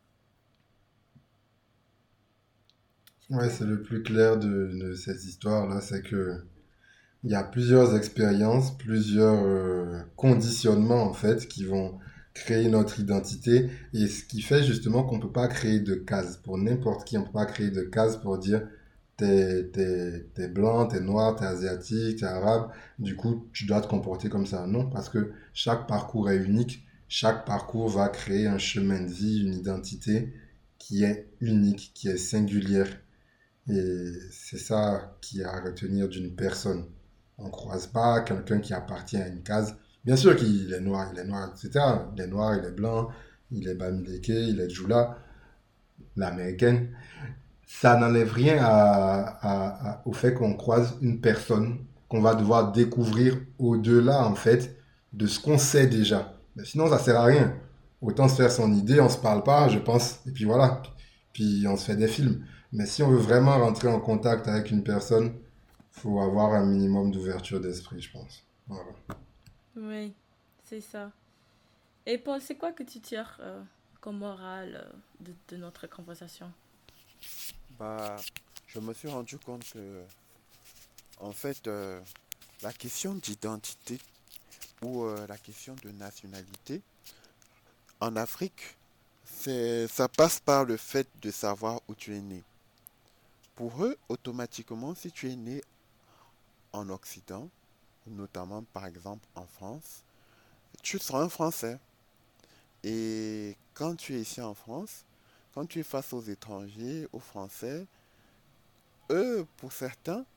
C'est Ouais, clair. c'est le plus clair de, de cette histoire-là, c'est que il y a plusieurs expériences, plusieurs euh, conditionnements en fait qui vont créer notre identité et ce qui fait justement qu'on peut pas créer de cases pour n'importe qui, on peut pas créer de cases pour dire t'es t'es t'es blanc, t'es noir, t'es asiatique, t'es arabe, du coup tu dois te comporter comme ça. Non, parce que chaque parcours est unique, chaque parcours va créer un chemin de vie, une identité qui est unique, qui est singulière. Et c'est ça qui est à retenir d'une personne. On ne croise pas quelqu'un qui appartient à une case. Bien sûr qu'il est noir, il est noir, et cetera. Il est noir, il est blanc, il est Bamileke, il est Djoula, l'américaine. Ça n'enlève rien à, à- à- au fait qu'on croise une personne qu'on va devoir découvrir au-delà, en fait, de ce qu'on sait déjà. Mais sinon, ça sert à rien. Autant se faire son idée, on se parle pas, je pense, et puis voilà. Puis on se fait des films. Mais si on veut vraiment rentrer en contact avec une personne, faut avoir un minimum d'ouverture d'esprit, je pense. Voilà. Oui, c'est ça. Et Paul, c'est quoi que tu tires euh, comme morale euh, de, de notre conversation? Bah, je me suis rendu compte que, en fait, euh, la question d'identité ou euh, la question de nationalité en Afrique, c'est, ça passe par le fait de savoir où tu es né. Pour eux, automatiquement, si tu es né en Occident, notamment par exemple en France, tu seras un Français. Et quand tu es ici en France, quand tu es face aux étrangers, aux Français, eux, pour certains,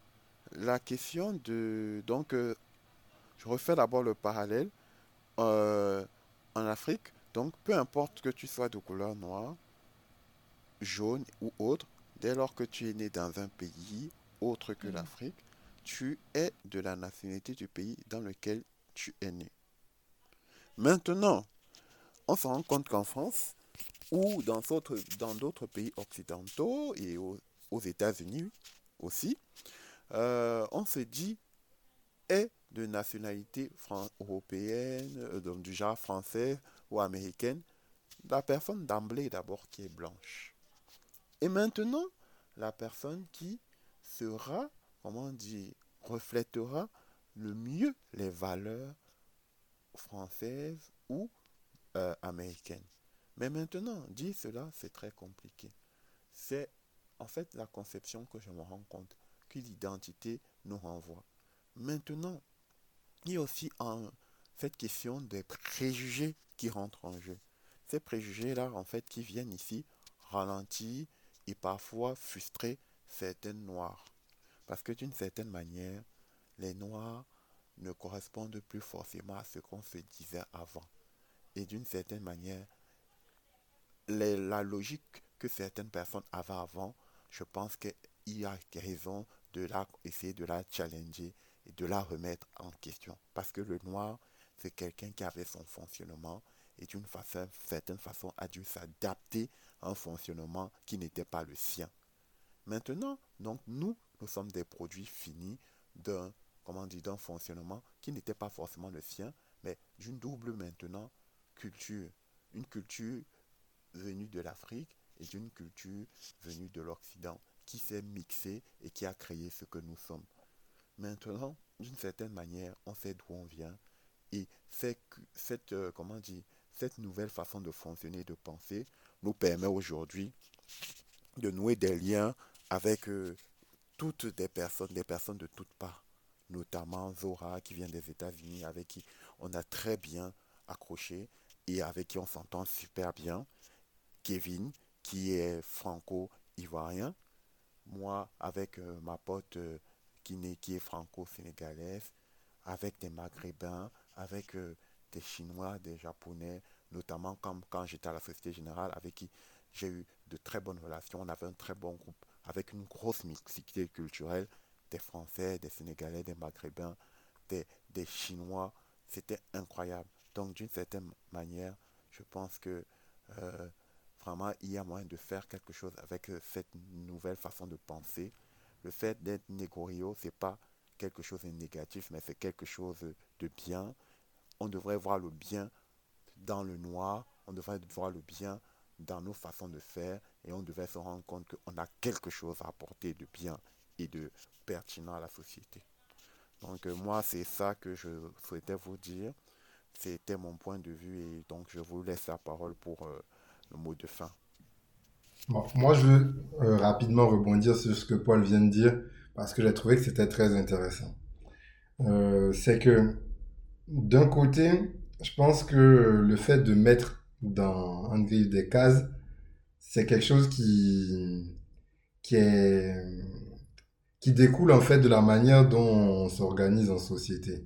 la question de... Donc, euh, je refais d'abord le parallèle. Euh, en Afrique, donc peu importe que tu sois de couleur noire, jaune ou autre, dès lors que tu es né dans un pays autre que Mm. l'Afrique, tu es de la nationalité du pays dans lequel tu es né. Maintenant, on se rend compte qu'en France ou dans d'autres dans d'autres pays occidentaux et aux, aux États-Unis aussi, euh, on se dit est de nationalité fran- européenne, euh, donc du genre française ou américaine, la personne d'emblée d'abord qui est blanche. Et maintenant, la personne qui sera, comment on dit, reflètera le mieux les valeurs françaises ou euh, américaines. Mais maintenant, dire cela, c'est très compliqué. C'est en fait la conception que je me rends compte que l'identité nous renvoie. Maintenant, il y a aussi en, cette question des préjugés qui rentrent en jeu. Ces préjugés-là, en fait, qui viennent ici ralentir et parfois frustrer certains noirs. Parce que d'une certaine manière, les noirs ne correspondent plus forcément à ce qu'on se disait avant. Et d'une certaine manière, les- la logique que certaines personnes avaient avant, je pense qu'il y a raison de la, essayer de la challenger et de la remettre en question. Parce que le noir, c'est quelqu'un qui avait son fonctionnement et d'une façon, certaine façon a dû s'adapter à un fonctionnement qui n'était pas le sien. Maintenant, donc nous, nous sommes des produits finis d'un, comment dire, d'un fonctionnement qui n'était pas forcément le sien, mais d'une double maintenant culture. Une culture venue de l'Afrique et d'une culture venue de l'Occident qui s'est mixée et qui a créé ce que nous sommes. Maintenant, d'une certaine manière, on sait d'où on vient et c'est que cette, euh, comment dire, cette nouvelle façon de fonctionner, de penser, nous permet aujourd'hui de nouer des liens avec euh, toutes des personnes, des personnes de toutes parts, notamment Zora qui vient des États-Unis, avec qui on a très bien accroché et avec qui on s'entend super bien. Kevin qui est franco-ivoirien, moi avec euh, ma pote euh, qui, n'est- qui est franco-sénégalaise, avec des Maghrébins, avec euh, des Chinois, des Japonais, notamment comme quand j'étais à la Société Générale, avec qui j'ai eu de très bonnes relations. On avait un très bon groupe avec une grosse mixité culturelle, des Français, des Sénégalais, des Maghrébins, des, des Chinois. C'était incroyable. Donc d'une certaine manière, je pense que euh, vraiment il y a moyen de faire quelque chose avec euh, cette nouvelle façon de penser. Le fait d'être négoriot, c'est pas quelque chose de négatif, mais c'est quelque chose de bien. On devrait voir le bien dans le noir, on devrait voir le bien dans nos façons de faire et on devrait se rendre compte qu'on a quelque chose à apporter de bien et de pertinent à la société. Donc euh, moi, c'est ça que je souhaitais vous dire. C'était mon point de vue et donc je vous laisse la parole pour euh, le mot de fin. Bon, moi, je veux euh, rapidement rebondir sur ce que Paul vient de dire parce que j'ai trouvé que c'était très intéressant. Euh, c'est que d'un côté, je pense que le fait de mettre dans un grille des cases, c'est quelque chose qui, qui est, qui découle en fait de la manière dont on s'organise en société.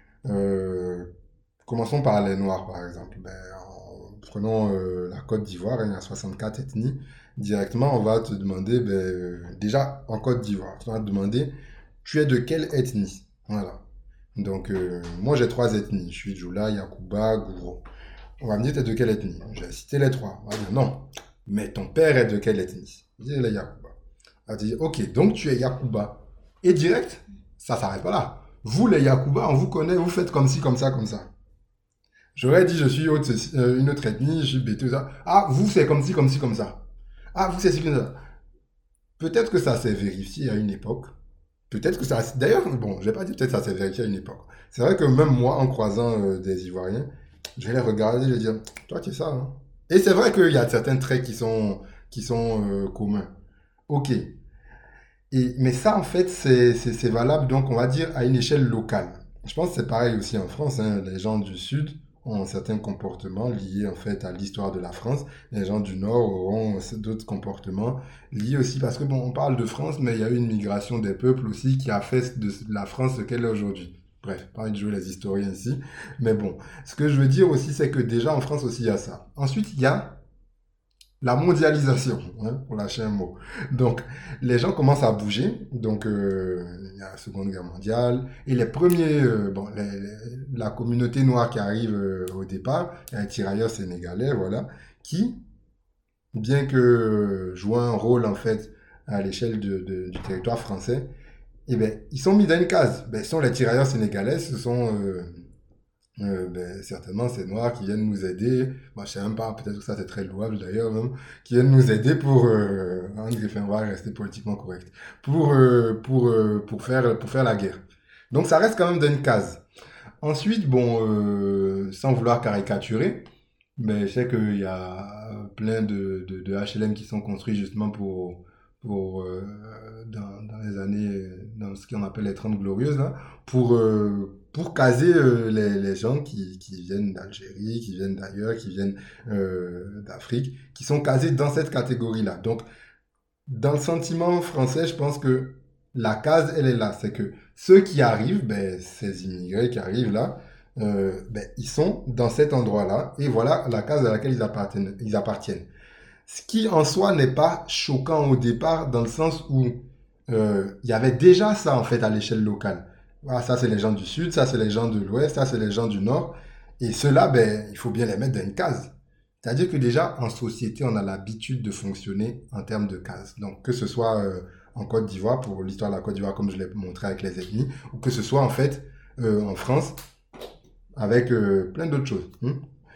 Euh, Commençons par les Noirs, par exemple. Ben, en- prenons euh, la Côte d'Ivoire, hein, il y a soixante-quatre ethnies. Directement, on va te demander, ben, euh, déjà en Côte d'Ivoire, on va te demander, tu es de quelle ethnie? Voilà. Donc, euh, moi j'ai trois ethnies. Je suis Djoula, Yakuba, Gouro. On va me dire, tu es de quelle ethnie? Je vais citer les trois. On va dire, non. Mais ton père est de quelle ethnie? Je dis, il est Yakuba. On va dire, ok, donc tu es Yakuba. Et direct, ça s'arrête pas là. Vous, les Yakuba, on vous connaît, vous faites comme ci, comme ça, comme ça. J'aurais dit, je suis autre, euh, une autre ethnie, je suis Bétou, ça. Ah, vous, c'est comme ci, comme ci, comme ça. Ah, vous, c'est ci, comme ça. Peut-être que ça s'est vérifié à une époque. Peut-être que ça... D'ailleurs, bon, je vais pas dire peut-être que ça s'est vérifié à une époque. C'est vrai que même moi, en croisant euh, des Ivoiriens, je vais les regarder, je vais dire, toi, tu es ça, hein. Et c'est vrai qu'il y a certains traits qui sont, qui sont euh, communs. Ok. Et, mais ça, en fait, c'est c'est- c'est valable, donc, on va dire, à une échelle locale. Je pense que c'est pareil aussi en France, hein. Les gens du Sud ont certains comportements liés en fait à l'histoire de la France. Les gens du Nord auront d'autres comportements liés aussi parce que bon, on parle de France, mais il y a eu une migration des peuples aussi qui a fait de la France ce qu'elle est aujourd'hui. Bref, pas envie de jouer les historiens ici, mais bon, ce que je veux dire aussi, c'est que déjà en France aussi il y a ça. Ensuite, il y a la mondialisation, hein, pour lâcher un mot. Donc, les gens commencent à bouger. Donc, euh, il y a la Seconde Guerre mondiale. Et les premiers, euh, bon, les- les- la communauté noire qui arrive euh, au départ, il y a les tirailleurs sénégalais, voilà, qui, bien que jouant un rôle, en fait, à l'échelle de- de- du territoire français, eh ben, ils sont mis dans une case. Ben, ce sont les tirailleurs sénégalais, ce sont euh, euh, ben, certainement ces noirs qui viennent nous aider. Moi, je sais même pas, peut-être que ça c'est très louable d'ailleurs même, qui viennent nous aider pour, euh, hein, enfin, on va rester politiquement correct, pour, euh, pour, euh, pour faire, pour faire la guerre. Donc ça reste quand même dans une case. Ensuite, bon, euh, sans vouloir caricaturer, mais je sais qu'il y a plein de, de, de H L M qui sont construits justement pour, pour euh, dans, dans les années, dans ce qu'on appelle les trente glorieuses, là, pour, euh, pour caser euh, les, les gens qui, qui viennent d'Algérie, qui viennent d'ailleurs, qui viennent euh, d'Afrique, qui sont casés dans cette catégorie-là. Donc, dans le sentiment français, je pense que la case, elle est là. C'est que ceux qui arrivent, ben, ces immigrés qui arrivent là, euh, ben, ils sont dans cet endroit-là. Et voilà la case à laquelle ils appartiennent. Ils appartiennent. Ce qui en soi n'est pas choquant au départ, dans le sens où euh, il y avait déjà ça en fait à l'échelle locale. Voilà, ça c'est les gens du sud, ça c'est les gens de l'ouest, ça c'est les gens du nord. Et ceux-là, ben, il faut bien les mettre dans une case. C'est-à-dire que déjà en société, on a l'habitude de fonctionner en termes de cases. Donc que ce soit euh, en Côte d'Ivoire, pour l'histoire de la Côte d'Ivoire comme je l'ai montré avec les ethnies, ou que ce soit en fait euh, en France avec euh, plein d'autres choses. Hein.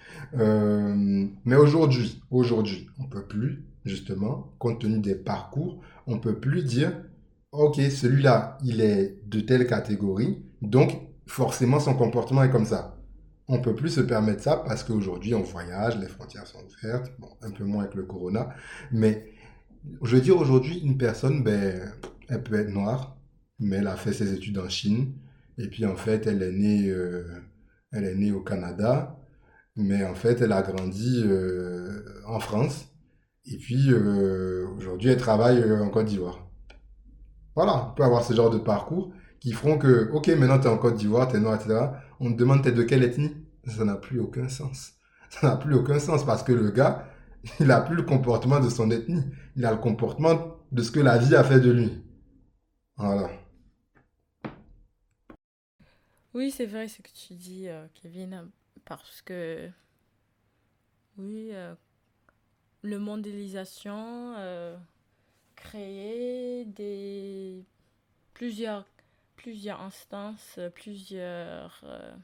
Euh, mais aujourd'hui, aujourd'hui, on peut plus, justement, compte tenu des parcours, on peut plus dire, ok, celui-là, il est de telle catégorie, donc forcément son comportement est comme ça. On peut plus se permettre ça parce qu'aujourd'hui on voyage, les frontières sont ouvertes, bon, un peu moins avec le corona, mais je veux dire aujourd'hui une personne, ben, elle peut être noire, mais elle a fait ses études en Chine, et puis en fait elle est née, euh, elle est née au Canada, mais en fait, elle a grandi euh, en France. Et puis, euh, aujourd'hui, elle travaille euh, en Côte d'Ivoire. Voilà, on peut avoir ce genre de parcours qui feront que, ok, maintenant tu es en Côte d'Ivoire, tu es noir, et cetera. On te demande t'es de quelle ethnie. Ça n'a plus aucun sens. Ça n'a plus aucun sens parce que le gars, il n'a plus le comportement de son ethnie. Il a le comportement de ce que la vie a fait de lui. Voilà. Oui, c'est vrai ce que tu dis, euh, Kevin, parce que, oui, euh, le mondialisation euh, créait des, plusieurs, plusieurs instances, plusieurs, euh,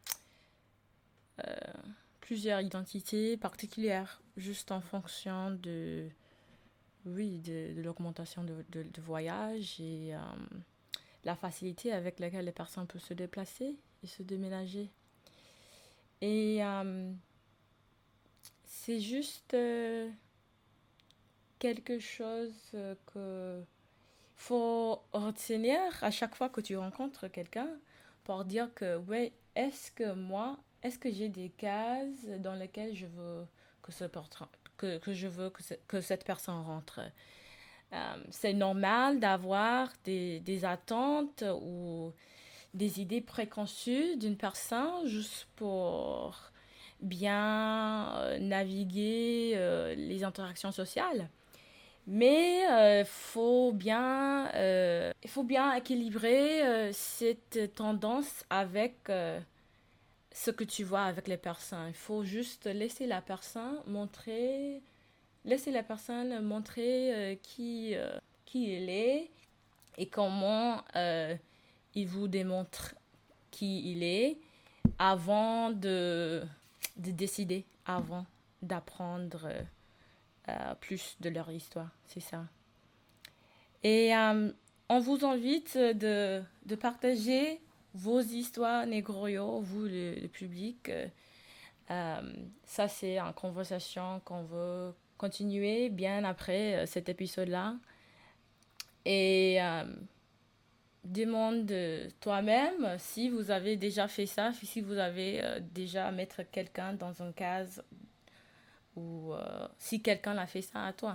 euh, plusieurs identités particulières, juste en fonction de, oui, de, de l'augmentation de, de, de voyage et euh, la facilité avec laquelle les personnes peuvent se déplacer et se déménager. Et euh, c'est juste euh, quelque chose euh, que faut retenir à chaque fois que tu rencontres quelqu'un pour dire que, ouais, est-ce que moi, est-ce que j'ai des cases dans lesquelles je veux que, ce portrait, que, que je veux que, ce, que cette personne rentre. Euh, c'est normal d'avoir des, des attentes ou des idées préconçues d'une personne juste pour bien euh, naviguer euh, les interactions sociales. Mais il euh, faut bien, euh, il faut bien équilibrer euh, cette tendance avec euh, ce que tu vois avec les personnes. Il faut juste laisser la personne montrer, laisser la personne montrer euh, qui, euh, qui il est et comment euh, il vous démontre qui il est avant de, de décider, avant d'apprendre euh, plus de leur histoire. C'est ça. Et euh, on vous invite de, de partager vos histoires Negroyo, vous, le, le public. Euh, ça, c'est une conversation qu'on veut continuer bien après euh, cet épisode-là. Et euh, demande toi-même si vous avez déjà fait ça, si vous avez euh, déjà mettre quelqu'un dans une case ou euh, si quelqu'un a fait ça à toi.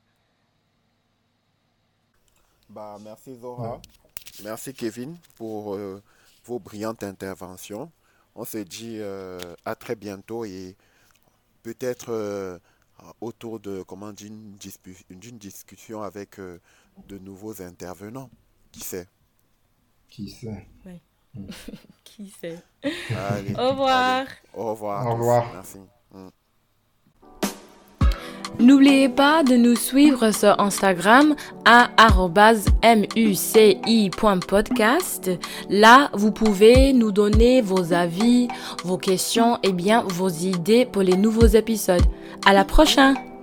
Bah, merci Zora. Merci Kevin pour euh, vos brillantes interventions. On se dit euh, à très bientôt et peut-être euh, autour de comment dire, une, dispu- d'une discussion avec euh, de nouveaux intervenants. Qui sait? Qui sait? Oui. Mm. Qui sait? Allez, Au revoir. allez. Au revoir. à Au tous. revoir. Merci. Mm. N'oubliez pas de nous suivre sur Instagram à arobase muci point podcast. Là, vous pouvez nous donner vos avis, vos questions et bien vos idées pour les nouveaux épisodes. À la prochaine!